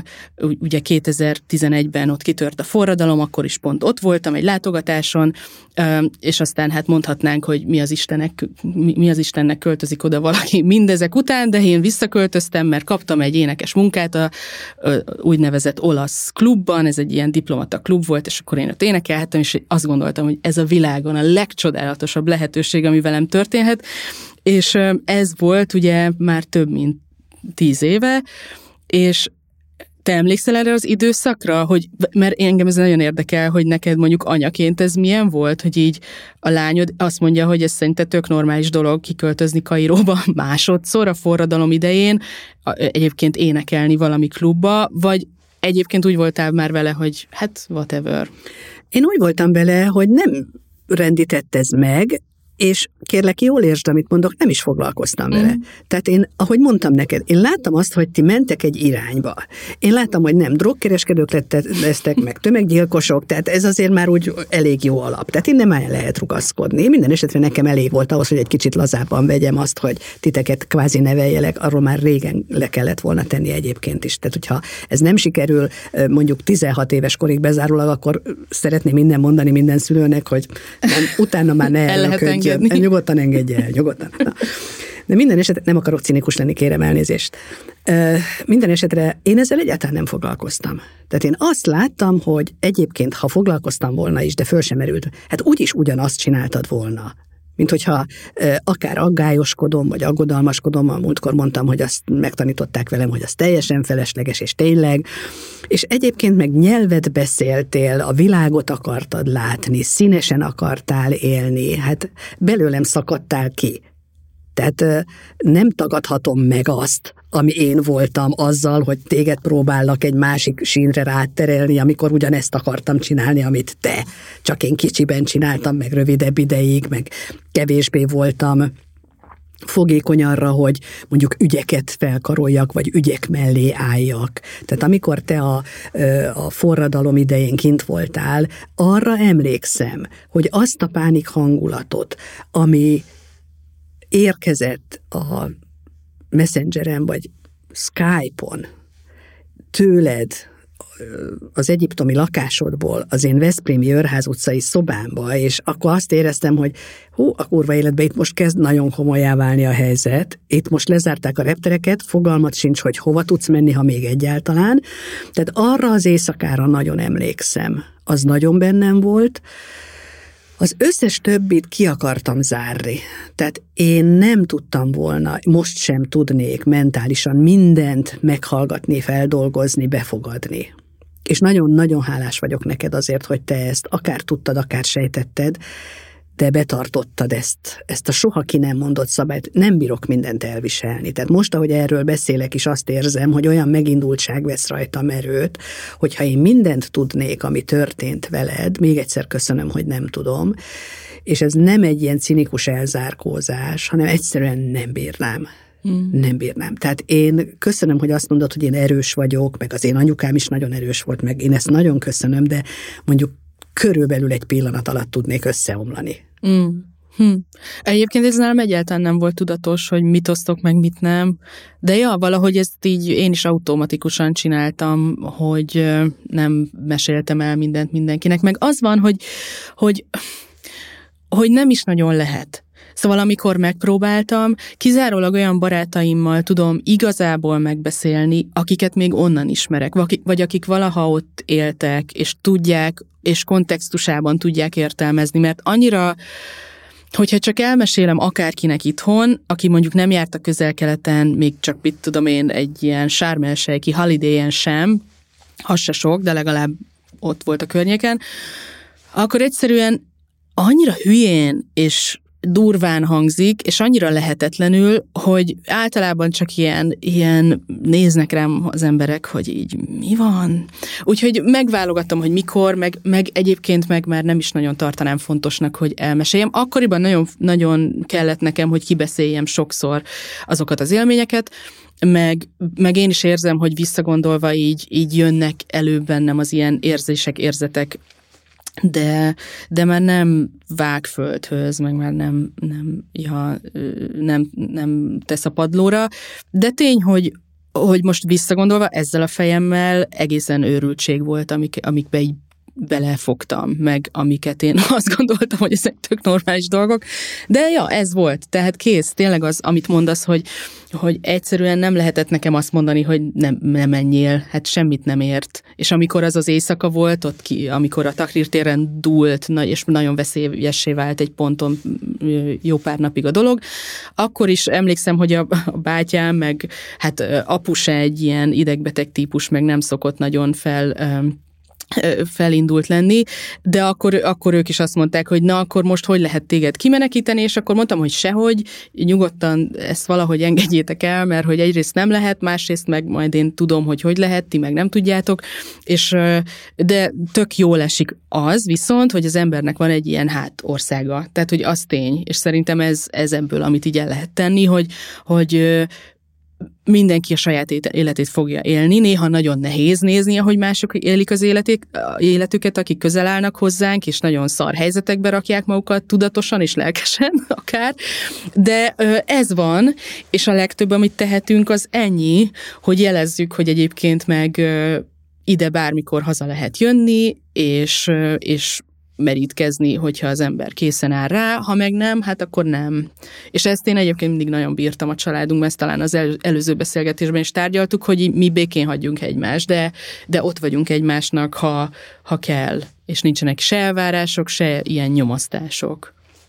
ugye kétezer-tizenegyben ott kitört a forradalom, akkor is pont ott voltam egy látogatáson, és aztán hát mondhatnánk, hogy mi az Istennek, mi az Istennek költözik oda valaki mindezek után, de én visszaköltöztem, mert kaptam egy énekes munkát a, a úgynevezett olasz klubban, ez egy ilyen diplomata klub volt, és akkor én ott énekelhettem, és azt gondoltam, hogy ez a világon a legcsodálatosabb lehetőség, ami velem történhet, és ez volt ugye már több mint tíz éve, és te emlékszel erre az időszakra, hogy, mert engem ez nagyon érdekel, hogy neked mondjuk anyaként ez milyen volt, hogy így a lányod azt mondja, hogy ez szerinted tök normális dolog kiköltözni Kairóba másodszor a forradalom idején, egyébként énekelni valami klubba, vagy egyébként úgy voltál már vele, hogy hát whatever. Én úgy voltam vele, hogy nem rendített ez meg, és kérlek, jól értsd, amit mondok, nem is foglalkoztam vele. Mm. Tehát én, ahogy mondtam neked, én láttam azt, hogy ti mentek egy irányba. Én láttam, hogy nem drogkereskedők lettek, meg tömeggyilkosok, tehát ez azért már úgy elég jó alap. Tehát innen már lehet rugaszkodni. Minden esetre nekem elég volt ahhoz, hogy egy kicsit lazábban vegyem azt, hogy titeket kvázi neveljelek, arról már régen le kellett volna tenni egyébként is. Tehát, hogyha ez nem sikerül mondjuk tizenhat éves korig bezárólag, akkor szeretném innen mondani minden szülőnek, hogy nem, utána már ne elködjön. Nyugodtan engedje el, nyugodtan. Na. De minden esetre, nem akarok cinikus lenni, kérem elnézést. Uh, minden esetre én ezzel egyáltalán nem foglalkoztam. Tehát én azt láttam, hogy egyébként, ha foglalkoztam volna is, de föl sem merült, hát úgyis ugyanazt csináltad volna. Mint hogyha uh, akár aggályoskodom, vagy aggodalmaskodom, a múltkor mondtam, hogy azt megtanították velem, hogy az teljesen felesleges, és tényleg, és egyébként meg nyelvet beszéltél, a világot akartad látni, színesen akartál élni, hát belőlem szakadtál ki. Tehát uh, nem tagadhatom meg azt, ami én voltam azzal, hogy téged próbálnak egy másik sínre ráterelni, amikor ugyanezt akartam csinálni, amit te. Csak én kicsiben csináltam, meg rövidebb ideig, meg kevésbé voltam fogékony arra, hogy mondjuk ügyeket felkaroljak, vagy ügyek mellé álljak. Tehát amikor te a, a forradalom idején kint voltál, arra emlékszem, hogy azt a pánik hangulatot, ami érkezett a Messengeren, vagy Skype-on tőled az egyiptomi lakásodból az én veszprémi Őrház utcai szobámba, és akkor azt éreztem, hogy hú, a kurva életben itt most kezd nagyon komolyá válni a helyzet, itt most lezárták a reptereket, fogalmat sincs, hogy hova tudsz menni, ha még egyáltalán. Tehát arra az éjszakára nagyon emlékszem. Az nagyon bennem volt. Az összes többit ki akartam zárni. Tehát én nem tudtam volna, most sem tudnék mentálisan mindent meghallgatni, feldolgozni, befogadni. És nagyon-nagyon hálás vagyok neked azért, hogy te ezt akár tudtad, akár sejtetted, te betartottad ezt, ezt a soha ki nem mondott szabályt, nem bírok mindent elviselni. Tehát most, ahogy erről beszélek is, azt érzem, hogy olyan megindultság vesz rajtam erőt, hogyha én mindent tudnék, ami történt veled, még egyszer köszönöm, hogy nem tudom, és ez nem egy ilyen cinikus elzárkózás, hanem egyszerűen nem bírnám. Mm. Nem bírnám. Tehát én köszönöm, hogy azt mondod, hogy én erős vagyok, meg az én anyukám is nagyon erős volt, meg én ezt nagyon köszönöm, de mondjuk körülbelül egy pillanat alatt tudnék összeomlani. Mm. Hm. Egyébként ez nálam egyáltalán nem volt tudatos, hogy mit osztok meg, mit nem, de ja, valahogy ezt így én is automatikusan csináltam, hogy nem meséltem el mindent mindenkinek, meg az van, hogy, hogy, hogy nem is nagyon lehet. Szóval amikor megpróbáltam, kizárólag olyan barátaimmal tudom igazából megbeszélni, akiket még onnan ismerek, vagy akik valaha ott éltek, és tudják, és kontextusában tudják értelmezni, mert annyira, hogyha csak elmesélem akárkinek itthon, aki mondjuk nem járt a Közel-Keleten, még csak mit tudom én, egy ilyen Sharm el-Sheikhi holidayen sem, az se sok, de legalább ott volt a környéken, akkor egyszerűen annyira hülyén és durván hangzik, és annyira lehetetlenül, hogy általában csak ilyen, ilyen néznek rám az emberek, hogy így mi van? Úgyhogy megválogattam, hogy mikor, meg, meg egyébként meg már nem is nagyon tartanám fontosnak, hogy elmeséljem. Akkoriban nagyon, nagyon kellett nekem, hogy kibeszéljem sokszor azokat az élményeket, meg, meg én is érzem, hogy visszagondolva így, így jönnek elő bennem az ilyen érzések, érzetek, de, de már nem vág földhöz, meg már nem, nem, ja, nem, nem tesz a padlóra, de tény, hogy, hogy most visszagondolva ezzel a fejemmel egészen őrültség volt, amik, amikbe így belefogtam, meg amiket én azt gondoltam, hogy ezek tök normális dolgok, de ja, ez volt, tehát kész, tényleg az, amit mondasz, hogy, hogy egyszerűen nem lehetett nekem azt mondani, hogy nem, nem menjél, hát semmit nem ért, és amikor az az éjszaka volt, ott ki, amikor a Tahrir téren dúlt, és nagyon veszélyessé vált egy ponton jó pár napig a dolog, akkor is emlékszem, hogy a, a bátyám, meg hát apu se egy ilyen idegbeteg típus, meg nem szokott nagyon fel felindult lenni, de akkor, akkor ők is azt mondták, hogy na, akkor most hogy lehet téged kimenekíteni, és akkor mondtam, hogy sehogy, nyugodtan ezt valahogy engedjétek el, mert hogy egyrészt nem lehet, másrészt meg majd én tudom, hogy hogy lehet, ti meg nem tudjátok, és de tök jól esik az viszont, hogy az embernek van egy ilyen hátországa, tehát hogy az tény, és szerintem ez, ez ebből, amit így el lehet tenni, hogy, hogy mindenki a saját életét fogja élni, néha nagyon nehéz nézni, ahogy mások élik az életük, életüket, akik közel állnak hozzánk, és nagyon szar helyzetekbe rakják magukat tudatosan és lelkesen akár, de ez van, és a legtöbb, amit tehetünk, az ennyi, hogy jelezzük, hogy egyébként meg ide bármikor haza lehet jönni, és, és merítkezni, hogyha az ember készen áll rá, ha meg nem, hát akkor nem. És ezt én egyébként mindig nagyon bírtam a családunkban, ezt talán az el, előző beszélgetésben is tárgyaltuk, hogy mi békén hagyjunk egymást, de, de ott vagyunk egymásnak, ha, ha kell, és nincsenek se elvárások, se ilyen nyomasztások.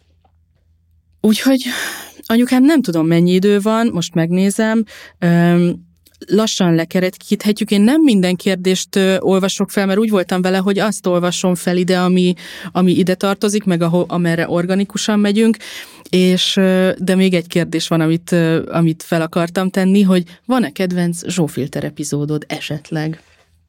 Úgyhogy anyukám, nem tudom, mennyi idő van, most megnézem, Üm, lassan lekerekíthetjük. Én nem minden kérdést ö, olvasok fel, mert úgy voltam vele, hogy azt olvasom fel ide, ami, ami ide tartozik, meg ahol, amerre organikusan megyünk, és, ö, de még egy kérdés van, amit, ö, amit fel akartam tenni, hogy van-e kedvenc Zsófilter epizódod esetleg?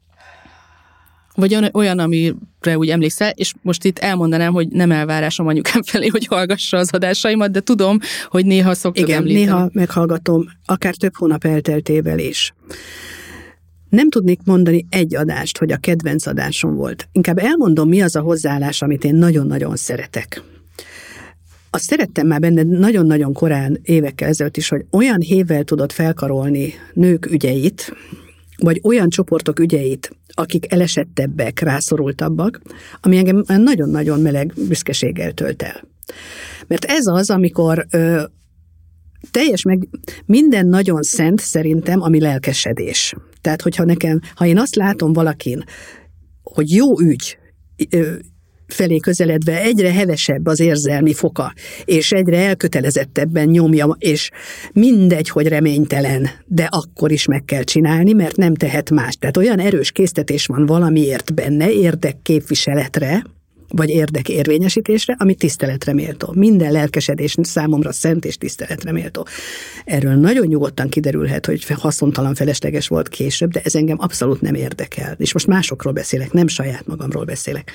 Vagy olyan, amire úgy emlékszel, és most itt elmondanám, hogy nem elvárásom anyukám felé, hogy hallgassa az adásaimat, de tudom, hogy néha szoktad Igen, említeni. néha meghallgatom, akár több hónap elteltével is. Nem tudnék mondani egy adást, hogy a kedvenc adásom volt. Inkább elmondom, mi az a hozzáállás, amit én nagyon-nagyon szeretek. Azt szerettem már benne nagyon-nagyon korán, évekkel ezelőtt is, hogy olyan hévvel tudod felkarolni nők ügyeit, vagy olyan csoportok ügyeit, akik elesettebbek, rászorultabbak, ami engem nagyon-nagyon meleg büszkeséggel tölt el. Mert ez az, amikor ö, teljes meg minden nagyon szent szerintem, ami lelkesedés. Tehát, hogyha nekem, ha én azt látom valakin, hogy jó ügy, ö, felé közeledve egyre hevesebb az érzelmi foka, és egyre elkötelezettebben nyomja, és mindegy, hogy reménytelen, de akkor is meg kell csinálni, mert nem tehet más. Tehát olyan erős késztetés van valamiért benne, érdekképviseletre, vagy érdekérvényesítésre, ami tiszteletre méltó. Minden lelkesedés számomra szent és tiszteletre méltó. Erről nagyon nyugodtan kiderülhet, hogy haszontalan, felesleges volt később, de ez engem abszolút nem érdekel. És most másokról beszélek, nem saját magamról beszélek.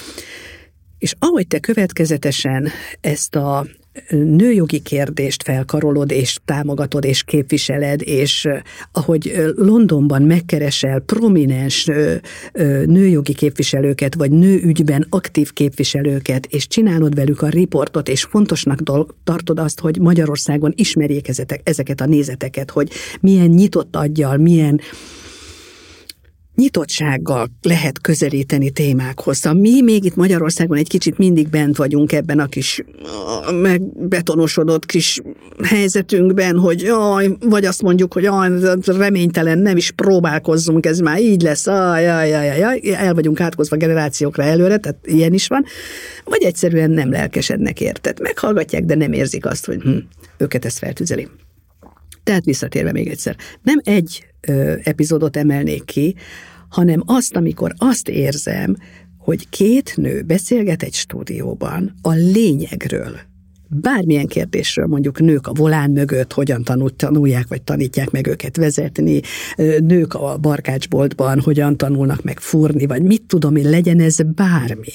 És ahogy te következetesen ezt a nőjogi kérdést felkarolod, és támogatod, és képviseled, és ahogy Londonban megkeresel prominens nőjogi képviselőket, vagy nőügyben aktív képviselőket, és csinálod velük a riportot, és fontosnak tartod azt, hogy Magyarországon ismerjék ezeket a nézeteket, hogy milyen nyitott aggyal, milyen nyitottsággal lehet közelíteni témákhoz. Mi még itt Magyarországon egy kicsit mindig bent vagyunk ebben a kis megbetonosodott kis helyzetünkben, hogy jaj, vagy azt mondjuk, hogy jaj, reménytelen, nem is próbálkozzunk, ez már így lesz, jaj, jaj, jaj, jaj, el vagyunk átkozva generációkra előre, tehát ilyen is van, vagy egyszerűen nem lelkesednek érted. Meghallgatják, de nem érzik azt, hogy hm, őket ez feltüzeli. Tehát visszatérve még egyszer, nem egy ö, epizódot emelnék ki, hanem azt, amikor azt érzem, hogy két nő beszélget egy stúdióban a lényegről, bármilyen kérdésről, mondjuk nők a volán mögött, hogyan tanult, tanulják, vagy tanítják meg őket vezetni, nők a barkácsboltban, hogyan tanulnak meg fúrni, vagy mit tudom én, legyen ez bármi.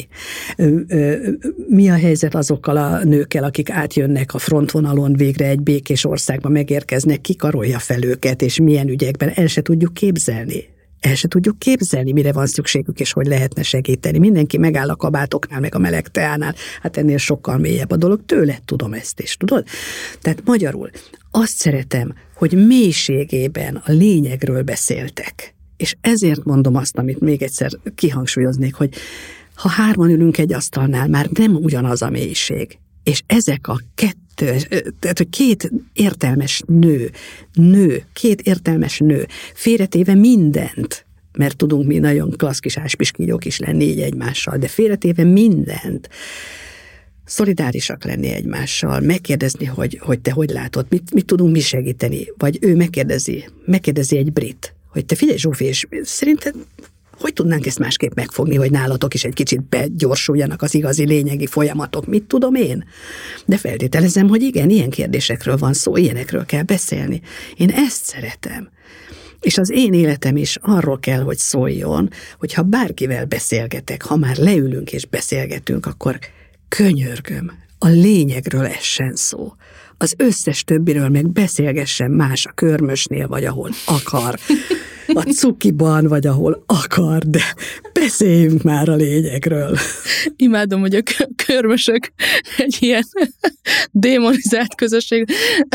Mi a helyzet azokkal a nőkkel, akik átjönnek a frontvonalon, végre egy békés országba megérkeznek, ki karolja fel őket, és milyen ügyekben, el se tudjuk képzelni. El se tudjuk képzelni, mire van szükségük, és hogy lehetne segíteni. Mindenki megáll a kabátoknál, meg a meleg teánál. Hát ennél sokkal mélyebb a dolog. Tőled tudom ezt is, tudod? Tehát magyarul azt szeretem, hogy mélységében a lényegről beszéltek. És ezért mondom azt, amit még egyszer kihangsúlyoznék, hogy ha hárman ülünk egy asztalnál, már nem ugyanaz a mélység. És ezek a kettő, tehát, hogy két értelmes nő, nő, két értelmes nő, félretéve mindent, mert tudunk mi nagyon klassz kis áspiskígyók is lenni így egymással, de félretéve mindent, szolidárisak lenni egymással, megkérdezni, hogy, hogy te hogy látod, mit, mit tudunk mi segíteni, vagy ő megkérdezi, megkérdezi egy brit, hogy te figyelj Zsófi, és szerinted hogy tudnánk ezt másképp megfogni, hogy nálatok is egy kicsit begyorsuljanak az igazi lényegi folyamatok, mit tudom én? De feltételezem, hogy igen, ilyen kérdésekről van szó, ilyenekről kell beszélni. Én ezt szeretem. És az én életem is arról kell, hogy szóljon, hogy ha bárkivel beszélgetek, ha már leülünk és beszélgetünk, akkor könyörgöm, a lényegről essen szó. Az összes többiről meg beszélgessen más a körmösnél, vagy ahol akar. A cukiban, vagy ahol akar, de beszéljünk már a lényegről. Imádom, hogy a körmösök egy ilyen démonizált közösség.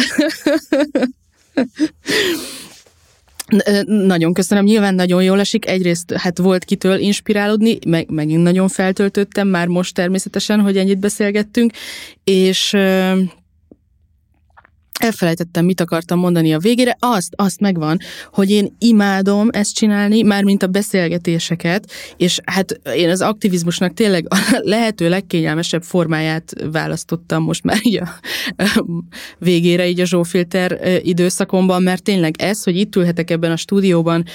Nagyon köszönöm, nyilván nagyon jól esik. Egyrészt hát volt kitől inspirálódni, meg, megint nagyon feltöltöttem, már most természetesen, hogy ennyit beszélgettünk, és elfelejtettem, mit akartam mondani a végére, azt, azt megvan, hogy én imádom ezt csinálni, mármint a beszélgetéseket, és hát én az aktivizmusnak tényleg a lehető legkényelmesebb formáját választottam most már így a végére, így a Zsófilter időszakomban, mert tényleg ez, hogy itt ülhetek ebben a stúdióban,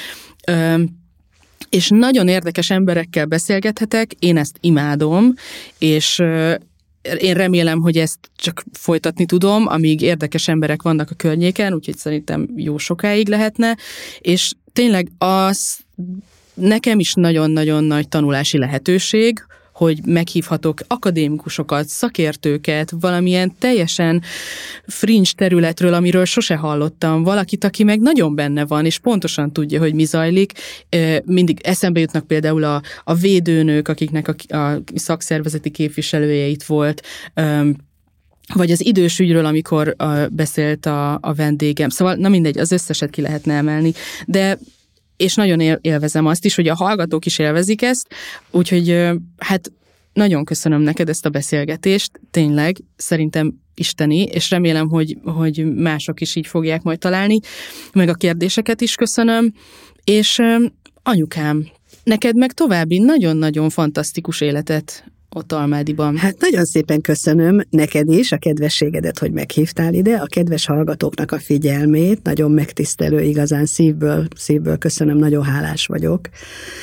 és nagyon érdekes emberekkel beszélgethetek, én ezt imádom, és én remélem, hogy ezt csak folytatni tudom, amíg érdekes emberek vannak a környéken, úgyhogy szerintem jó sokáig lehetne, és tényleg az nekem is nagyon-nagyon nagy tanulási lehetőség, hogy meghívhatok akadémikusokat, szakértőket, valamilyen teljesen fringe területről, amiről sose hallottam, valakit, aki meg nagyon benne van, és pontosan tudja, hogy mi zajlik. Mindig eszembe jutnak például a, a védőnők, akiknek a, a szakszervezeti képviselője itt volt, vagy az idős ügyről, amikor beszélt a, a vendégem. Szóval, na mindegy, az összeset ki lehetne emelni, de és nagyon élvezem azt is, hogy a hallgatók is élvezik ezt, úgyhogy hát nagyon köszönöm neked ezt a beszélgetést, tényleg szerintem isteni, és remélem, hogy, hogy mások is így fogják majd találni, meg a kérdéseket is köszönöm, és anyukám, neked meg további nagyon-nagyon fantasztikus életet ott Almádiban. Hát nagyon szépen köszönöm neked is a kedvességedet, hogy meghívtál ide, a kedves hallgatóknak a figyelmét, nagyon megtisztelő, igazán szívből, szívből köszönöm, nagyon hálás vagyok.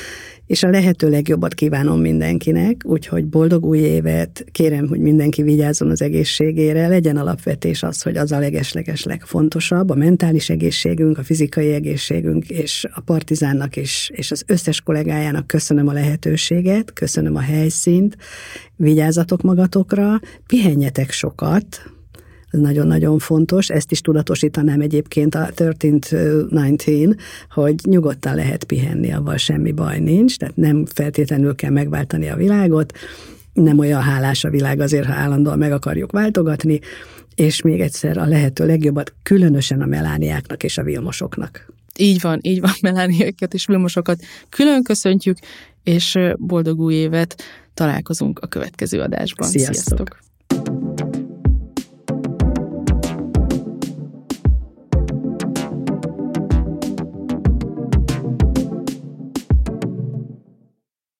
és a lehető legjobbat kívánom mindenkinek, úgyhogy boldog új évet, kérem, hogy mindenki vigyázzon az egészségére, legyen alapvetés az, hogy az a legesleges legfontosabb, a mentális egészségünk, a fizikai egészségünk, és a Partizánnak is, és az összes kollégájának köszönöm a lehetőséget, köszönöm a helyszínt, vigyázzatok magatokra, pihenjetek sokat, ez nagyon-nagyon fontos, ezt is tudatosítanám egyébként a tizenkilenc, hogy nyugodtan lehet pihenni, avval semmi baj nincs, tehát nem feltétlenül kell megváltani a világot, nem olyan hálás a világ azért, ha állandóan meg akarjuk váltogatni, és még egyszer a lehető legjobbat, különösen a Melániáknak és a Vilmosoknak. Így van, így van, Melániákat és Vilmosokat külön köszöntjük, és boldog új évet, találkozunk a következő adásban. Sziasztok! Sziasztok.